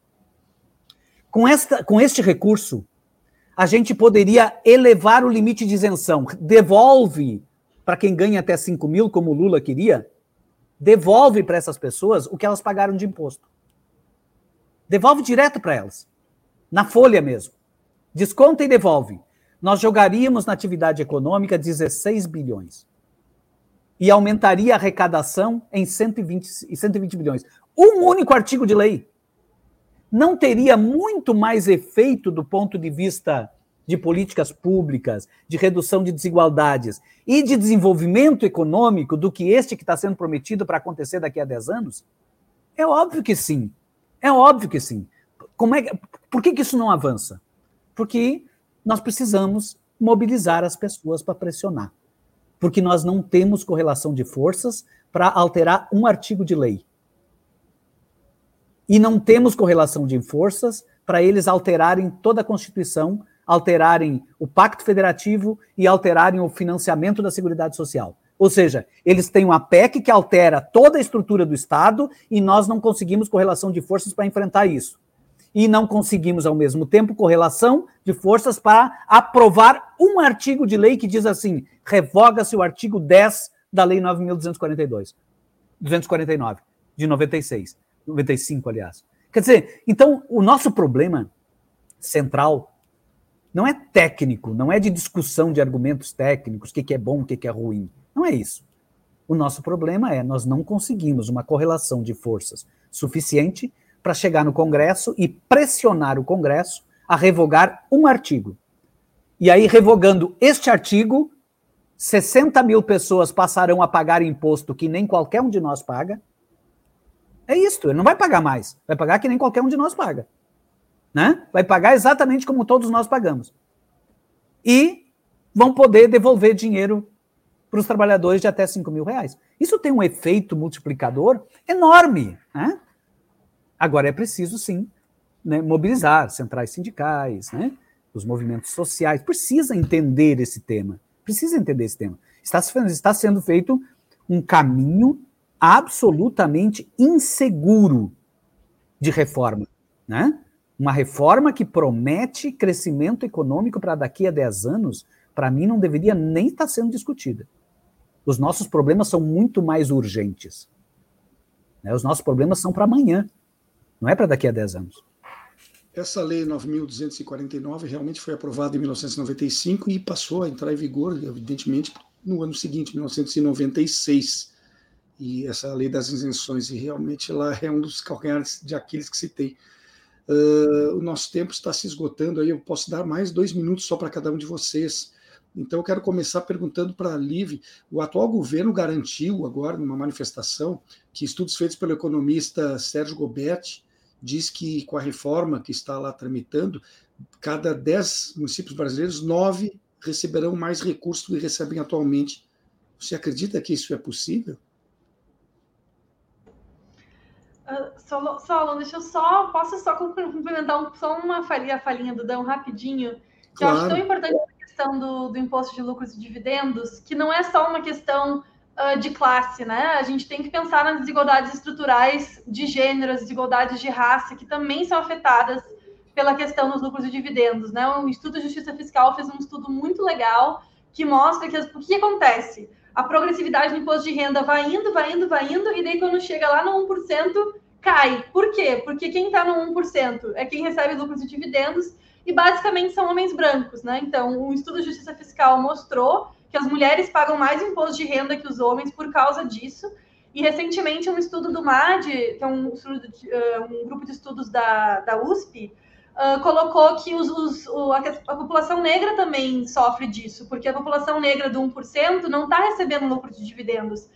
Com este recurso, a gente poderia elevar o limite de isenção. Devolve para quem ganha até 5 mil, como o Lula queria, devolve para essas pessoas o que elas pagaram de imposto. Devolve direto para elas, na folha mesmo. Desconta e devolve. Nós jogaríamos na atividade econômica 16 bilhões. E aumentaria a arrecadação em 120 bilhões. Um único artigo de lei. Não teria muito mais efeito do ponto de vista de políticas públicas, de redução de desigualdades e de desenvolvimento econômico do que este que está sendo prometido para acontecer daqui a 10 anos? É óbvio que sim. É óbvio que sim. Por que isso não avança? Porque nós precisamos mobilizar as pessoas para pressionar. Porque nós não temos correlação de forças para alterar um artigo de lei. E não temos correlação de forças para eles alterarem toda a Constituição, alterarem o Pacto Federativo e alterarem o financiamento da Seguridade Social. Ou seja, eles têm uma PEC que altera toda a estrutura do Estado e nós não conseguimos correlação de forças para enfrentar isso. E não conseguimos, ao mesmo tempo, correlação de forças para aprovar um artigo de lei que diz assim, revoga-se o artigo 10 da Lei 9.249, de 95, aliás. Quer dizer, então, o nosso problema central não é técnico, não é de discussão de argumentos técnicos, o que é bom, o que é ruim. Não é isso. O nosso problema é nós não conseguimos uma correlação de forças suficiente para chegar no Congresso e pressionar o Congresso a revogar um artigo. E aí, revogando este artigo, 60 mil pessoas passarão a pagar imposto que nem qualquer um de nós paga. É isto, ele não vai pagar mais, vai pagar que nem qualquer um de nós paga. Né? Vai pagar exatamente como todos nós pagamos. E vão poder devolver dinheiro para os trabalhadores de até 5 mil reais. Isso tem um efeito multiplicador enorme. Né? Agora é preciso, sim, né, mobilizar centrais sindicais, né, os movimentos sociais. Precisa entender esse tema. Está sendo feito um caminho absolutamente inseguro de reforma. Né? Uma reforma que promete crescimento econômico para daqui a 10 anos, para mim, não deveria nem estar sendo discutida. Os nossos problemas são muito mais urgentes. Né? Os nossos problemas são para amanhã, não é para daqui a 10 anos. Essa lei 9.249 realmente foi aprovada em 1995 e passou a entrar em vigor, evidentemente, no ano seguinte, 1996. E essa lei das isenções, e realmente ela é um dos calcanhares de Aquiles que se tem. O nosso tempo está se esgotando, aí eu posso dar mais 2 minutos só para cada um de vocês. Então, eu quero começar perguntando para a Liv. O atual governo garantiu agora, numa manifestação, que estudos feitos pelo economista Sérgio Gobetti diz que, com a reforma que está lá tramitando, cada 10 municípios brasileiros, 9 receberão mais recursos do que recebem atualmente. Você acredita que isso é possível? Solon, posso só complementar a falinha do Dão rapidinho, que Claro. Eu acho tão importante a questão do imposto de lucros e dividendos, que não é só uma questão de classe, né? A gente tem que pensar nas desigualdades estruturais de gênero, as desigualdades de raça, que também são afetadas pela questão dos lucros e dividendos, né? O Instituto de Justiça Fiscal fez um estudo muito legal que mostra o que acontece. A progressividade do imposto de renda vai indo, e daí quando chega lá no 1%, cai. Por quê? Porque quem está no 1% é quem recebe lucros e dividendos, e basicamente são homens brancos, né? Então, o estudo de Justiça Fiscal mostrou que as mulheres pagam mais imposto de renda que os homens por causa disso, e recentemente um estudo do MAD, que é um grupo de estudos da USP, colocou que a população negra também sofre disso, porque a população negra do 1% não está recebendo lucro de dividendos.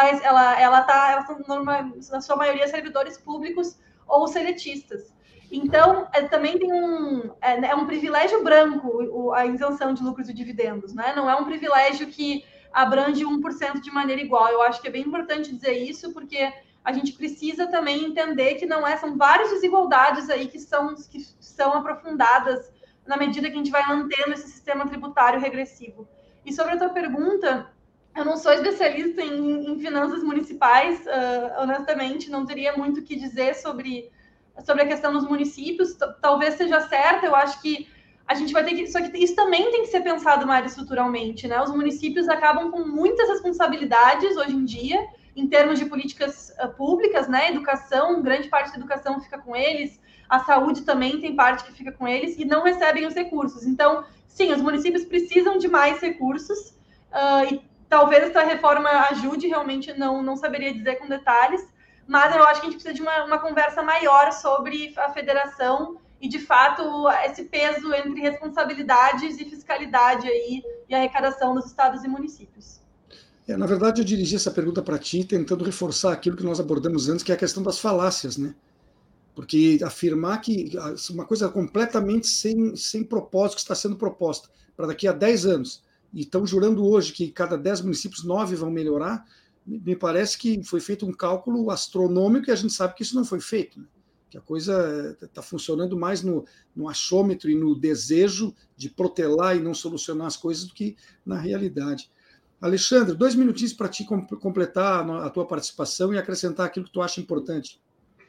Elas são, na sua maioria, servidores públicos ou seletistas. Então, também tem um privilégio branco a isenção de lucros e dividendos, né? Não é um privilégio que abrange 1% de maneira igual. Eu acho que é bem importante dizer isso, porque a gente precisa também entender que são várias desigualdades aí que são aprofundadas na medida que a gente vai mantendo esse sistema tributário regressivo. E sobre a tua pergunta, eu não sou especialista em finanças municipais, honestamente, não teria muito o que dizer sobre a questão dos municípios. Talvez seja certa, eu acho que a gente vai ter que... Só que isso também tem que ser pensado mais estruturalmente, né? Os municípios acabam com muitas responsabilidades hoje em dia, em termos de políticas públicas, né? Educação, grande parte da educação fica com eles, a saúde também tem parte que fica com eles, e não recebem os recursos. Então, sim, os municípios precisam de mais recursos, e talvez essa reforma ajude, realmente não saberia dizer com detalhes, mas eu acho que a gente precisa de uma conversa maior sobre a federação e, de fato, esse peso entre responsabilidades e fiscalidade aí, e arrecadação dos estados e municípios. Na verdade, eu dirigi essa pergunta para ti, tentando reforçar aquilo que nós abordamos antes, que é a questão das falácias, né? Porque afirmar que uma coisa completamente sem propósito que está sendo proposta para daqui a 10 anos, e estão jurando hoje que cada 10 municípios, 9 vão melhorar, me parece que foi feito um cálculo astronômico e a gente sabe que isso não foi feito, né? Que a coisa está funcionando mais no achômetro e no desejo de protelar e não solucionar as coisas do que na realidade. Alexandre, 2 minutinhos para te completar a tua participação e acrescentar aquilo que tu acha importante.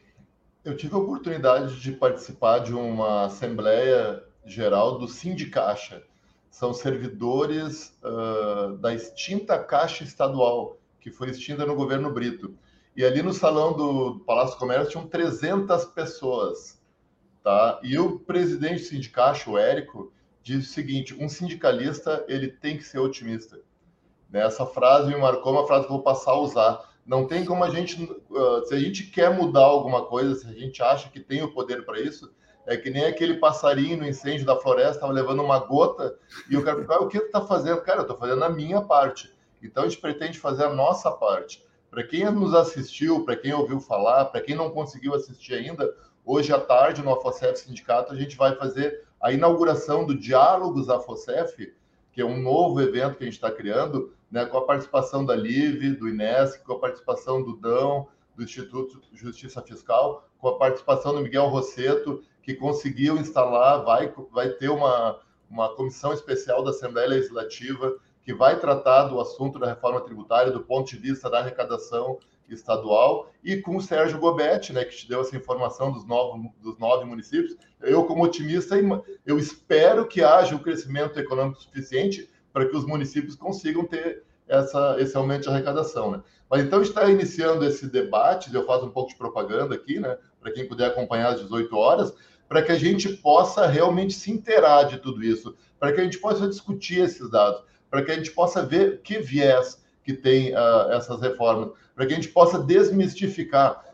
Eu tive a oportunidade de participar de uma Assembleia Geral do Sindicaixa. São servidores da extinta Caixa Estadual, que foi extinta no governo Brito. E ali no salão do Palácio do Comércio tinham 300 pessoas. Tá? E o presidente do Sindicaixa, o Érico, diz o seguinte: um sindicalista ele tem que ser otimista. Essa frase me marcou, uma frase que eu vou passar a usar. Não tem como a gente, se a gente quer mudar alguma coisa, se a gente acha que tem o poder para isso, é que nem aquele passarinho no incêndio da floresta, estava levando uma gota, e o cara pergunta: o que tu está fazendo? Cara, eu estou fazendo a minha parte. Então a gente pretende fazer a nossa parte. Para quem nos assistiu, para quem ouviu falar, para quem não conseguiu assistir ainda, hoje à tarde no AFOSEF Sindicato a gente vai fazer a inauguração do Diálogos AFOSEF, que é um novo evento que a gente está criando, né, com a participação da Liv, do Inesc, com a participação do Dão, do Instituto de Justiça Fiscal, com a participação do Miguel Rosseto, que conseguiu instalar, vai ter uma comissão especial da Assembleia Legislativa que vai tratar do assunto da reforma tributária do ponto de vista da arrecadação estadual, e com o Sérgio Gobetti, né, que te deu essa informação dos 9 municípios. Eu, como otimista, eu espero que haja um crescimento econômico suficiente para que os municípios consigam ter esse aumento de arrecadação, né? Mas então está iniciando esse debate, eu faço um pouco de propaganda aqui, né, para quem puder acompanhar às 18 horas, para que a gente possa realmente se inteirar de tudo isso, para que a gente possa discutir esses dados, para que a gente possa ver que viés que tem essas reformas, para que a gente possa desmistificar.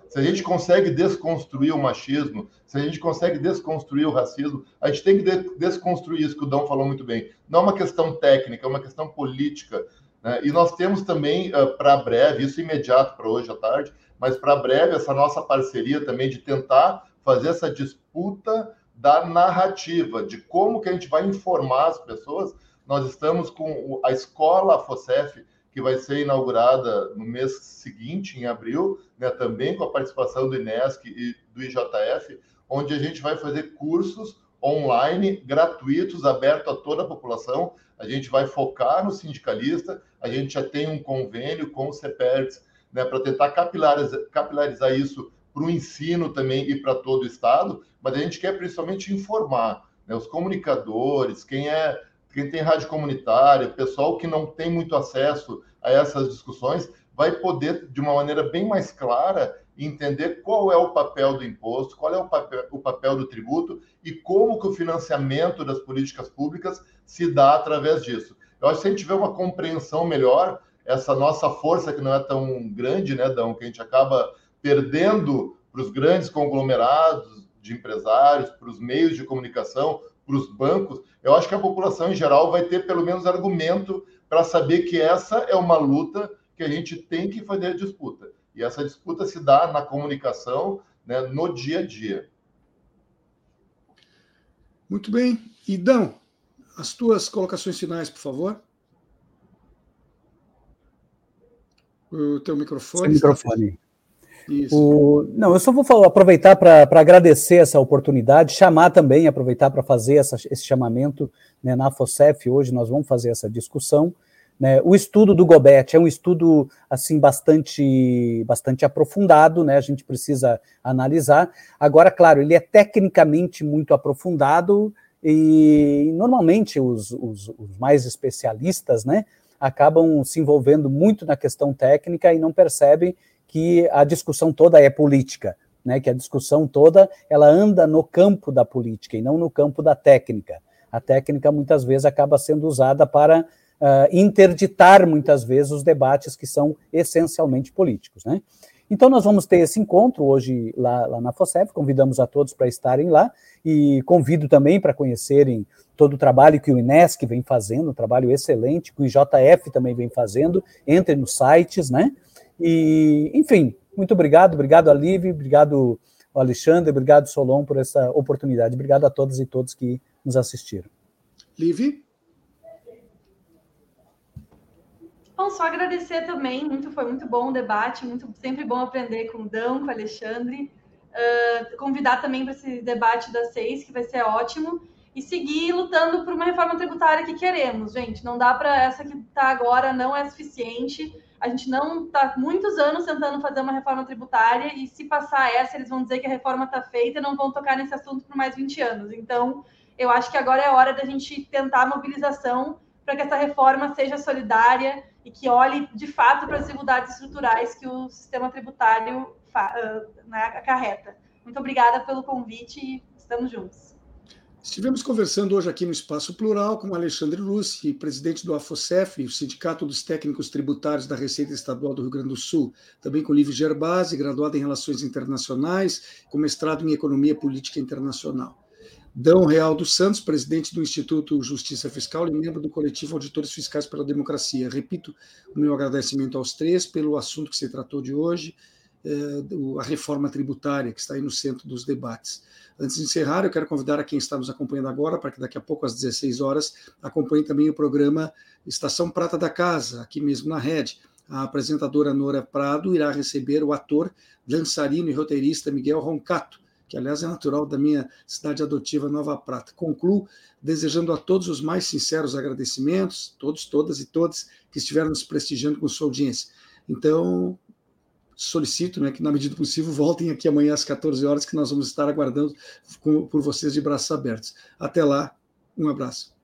Se a gente consegue desconstruir o machismo, se a gente consegue desconstruir o racismo, a gente tem que desconstruir isso que o Dão falou muito bem. Não é uma questão técnica, é uma questão política, né? E nós temos também, para breve, isso imediato para hoje à tarde, mas para breve, essa nossa parceria também de tentar fazer essa disputa da narrativa, de como que a gente vai informar as pessoas. Nós estamos com a escola FOCEF, que vai ser inaugurada no mês seguinte, em abril, né, também com a participação do INESC e do IJF, onde a gente vai fazer cursos online, gratuitos, abertos a toda a população. A gente vai focar no sindicalista, a gente já tem um convênio com o CEPERTS, né, para tentar capilarizar isso para o ensino também e para todo o Estado, mas a gente quer principalmente informar, né, os comunicadores, quem tem rádio comunitária, o pessoal que não tem muito acesso a essas discussões, vai poder, de uma maneira bem mais clara, entender qual é o papel do imposto, qual é o papel do tributo e como que o financiamento das políticas públicas se dá através disso. Eu acho que se a gente tiver uma compreensão melhor, essa nossa força que não é tão grande, né, Dão, que a gente acaba perdendo para os grandes conglomerados de empresários, para os meios de comunicação, para os bancos, eu acho que a população em geral vai ter pelo menos argumento para saber que essa é uma luta que a gente tem que fazer a disputa. E essa disputa se dá na comunicação, né, no dia a dia. Muito bem. Idão, as tuas colocações finais, por favor. O teu microfone. Seu microfone. Isso. Não, eu só vou aproveitar para agradecer essa oportunidade, chamar também, aproveitar para fazer esse chamamento, né, na FOCEF. Hoje nós vamos fazer essa discussão, né. O estudo do Gobet é um estudo assim, bastante aprofundado, né, a gente precisa analisar. Agora, claro, ele é tecnicamente muito aprofundado e normalmente os mais especialistas, né, acabam se envolvendo muito na questão técnica e não percebem que a discussão toda é política, né? Que a discussão toda ela anda no campo da política e não no campo da técnica. A técnica muitas vezes acaba sendo usada para interditar muitas vezes os debates que são essencialmente políticos, né? Então nós vamos ter esse encontro hoje lá na FOCEF, convidamos a todos para estarem lá e convido também para conhecerem todo o trabalho que o INESC vem fazendo, um trabalho excelente, que o IJF também vem fazendo, entrem nos sites, né? E, enfim, muito obrigado a Livi, obrigado ao Alexandre, obrigado Solon por essa oportunidade, obrigado a todas e todos que nos assistiram. Livi? Bom, só agradecer também, foi muito bom o debate, sempre bom aprender com o Dão, com o Alexandre, convidar também para esse debate das 6, que vai ser ótimo, e seguir lutando por uma reforma tributária que queremos, gente, não dá para essa que está agora, não é suficiente. A gente não está muitos anos tentando fazer uma reforma tributária e se passar essa, eles vão dizer que a reforma está feita e não vão tocar nesse assunto por mais 20 anos. Então, eu acho que agora é hora da gente tentar a mobilização para que essa reforma seja solidária e que olhe, de fato, para as desigualdades estruturais que o sistema tributário acarreta. Muito obrigada pelo convite e estamos juntos. Estivemos conversando hoje aqui no Espaço Plural com Alexandre Lucci, presidente do AFOCEF, o Sindicato dos Técnicos Tributários da Receita Estadual do Rio Grande do Sul, também com Livi Gerbasi, graduado em Relações Internacionais, com mestrado em Economia Política Internacional. Dão Real dos Santos, presidente do Instituto Justiça Fiscal e membro do coletivo Auditores Fiscais pela Democracia. Repito o meu agradecimento aos três pelo assunto que se tratou de hoje, a reforma tributária, que está aí no centro dos debates. Antes de encerrar, eu quero convidar a quem está nos acompanhando agora, para que daqui a pouco, às 16 horas, acompanhe também o programa Estação Prata da Casa, aqui mesmo na Rede. A apresentadora Nora Prado irá receber o ator, dançarino e roteirista Miguel Roncato, que, aliás, é natural da minha cidade adotiva Nova Prata. Concluo desejando a todos os mais sinceros agradecimentos, todos, todas e todos que estiveram nos prestigiando com sua audiência. Então, solicito, né, que, na medida do possível, voltem aqui amanhã às 14 horas, que nós vamos estar aguardando por vocês de braços abertos. Até lá, um abraço.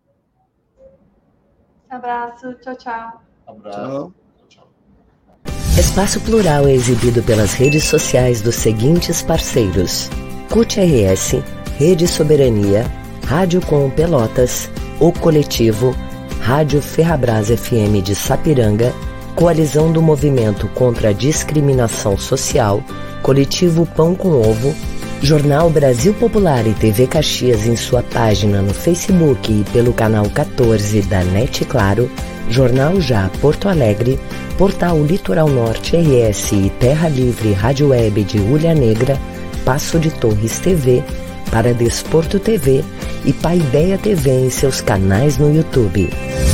Abraço, tchau, tchau. Abraço. Tchau. Espaço Plural é exibido pelas redes sociais dos seguintes parceiros: CUT-RS, Rede Soberania, Rádio Com Pelotas, O Coletivo, Rádio Ferrabras FM de Sapiranga, Coalizão do Movimento contra a Discriminação Social, Coletivo Pão com Ovo, Jornal Brasil Popular e TV Caxias em sua página no Facebook e pelo canal 14 da NET Claro, Jornal Já Porto Alegre, Portal Litoral Norte RS e Terra Livre Rádio Web de Hulha Negra, Passo de Torres TV, Para Desporto TV e Paideia TV em seus canais no YouTube.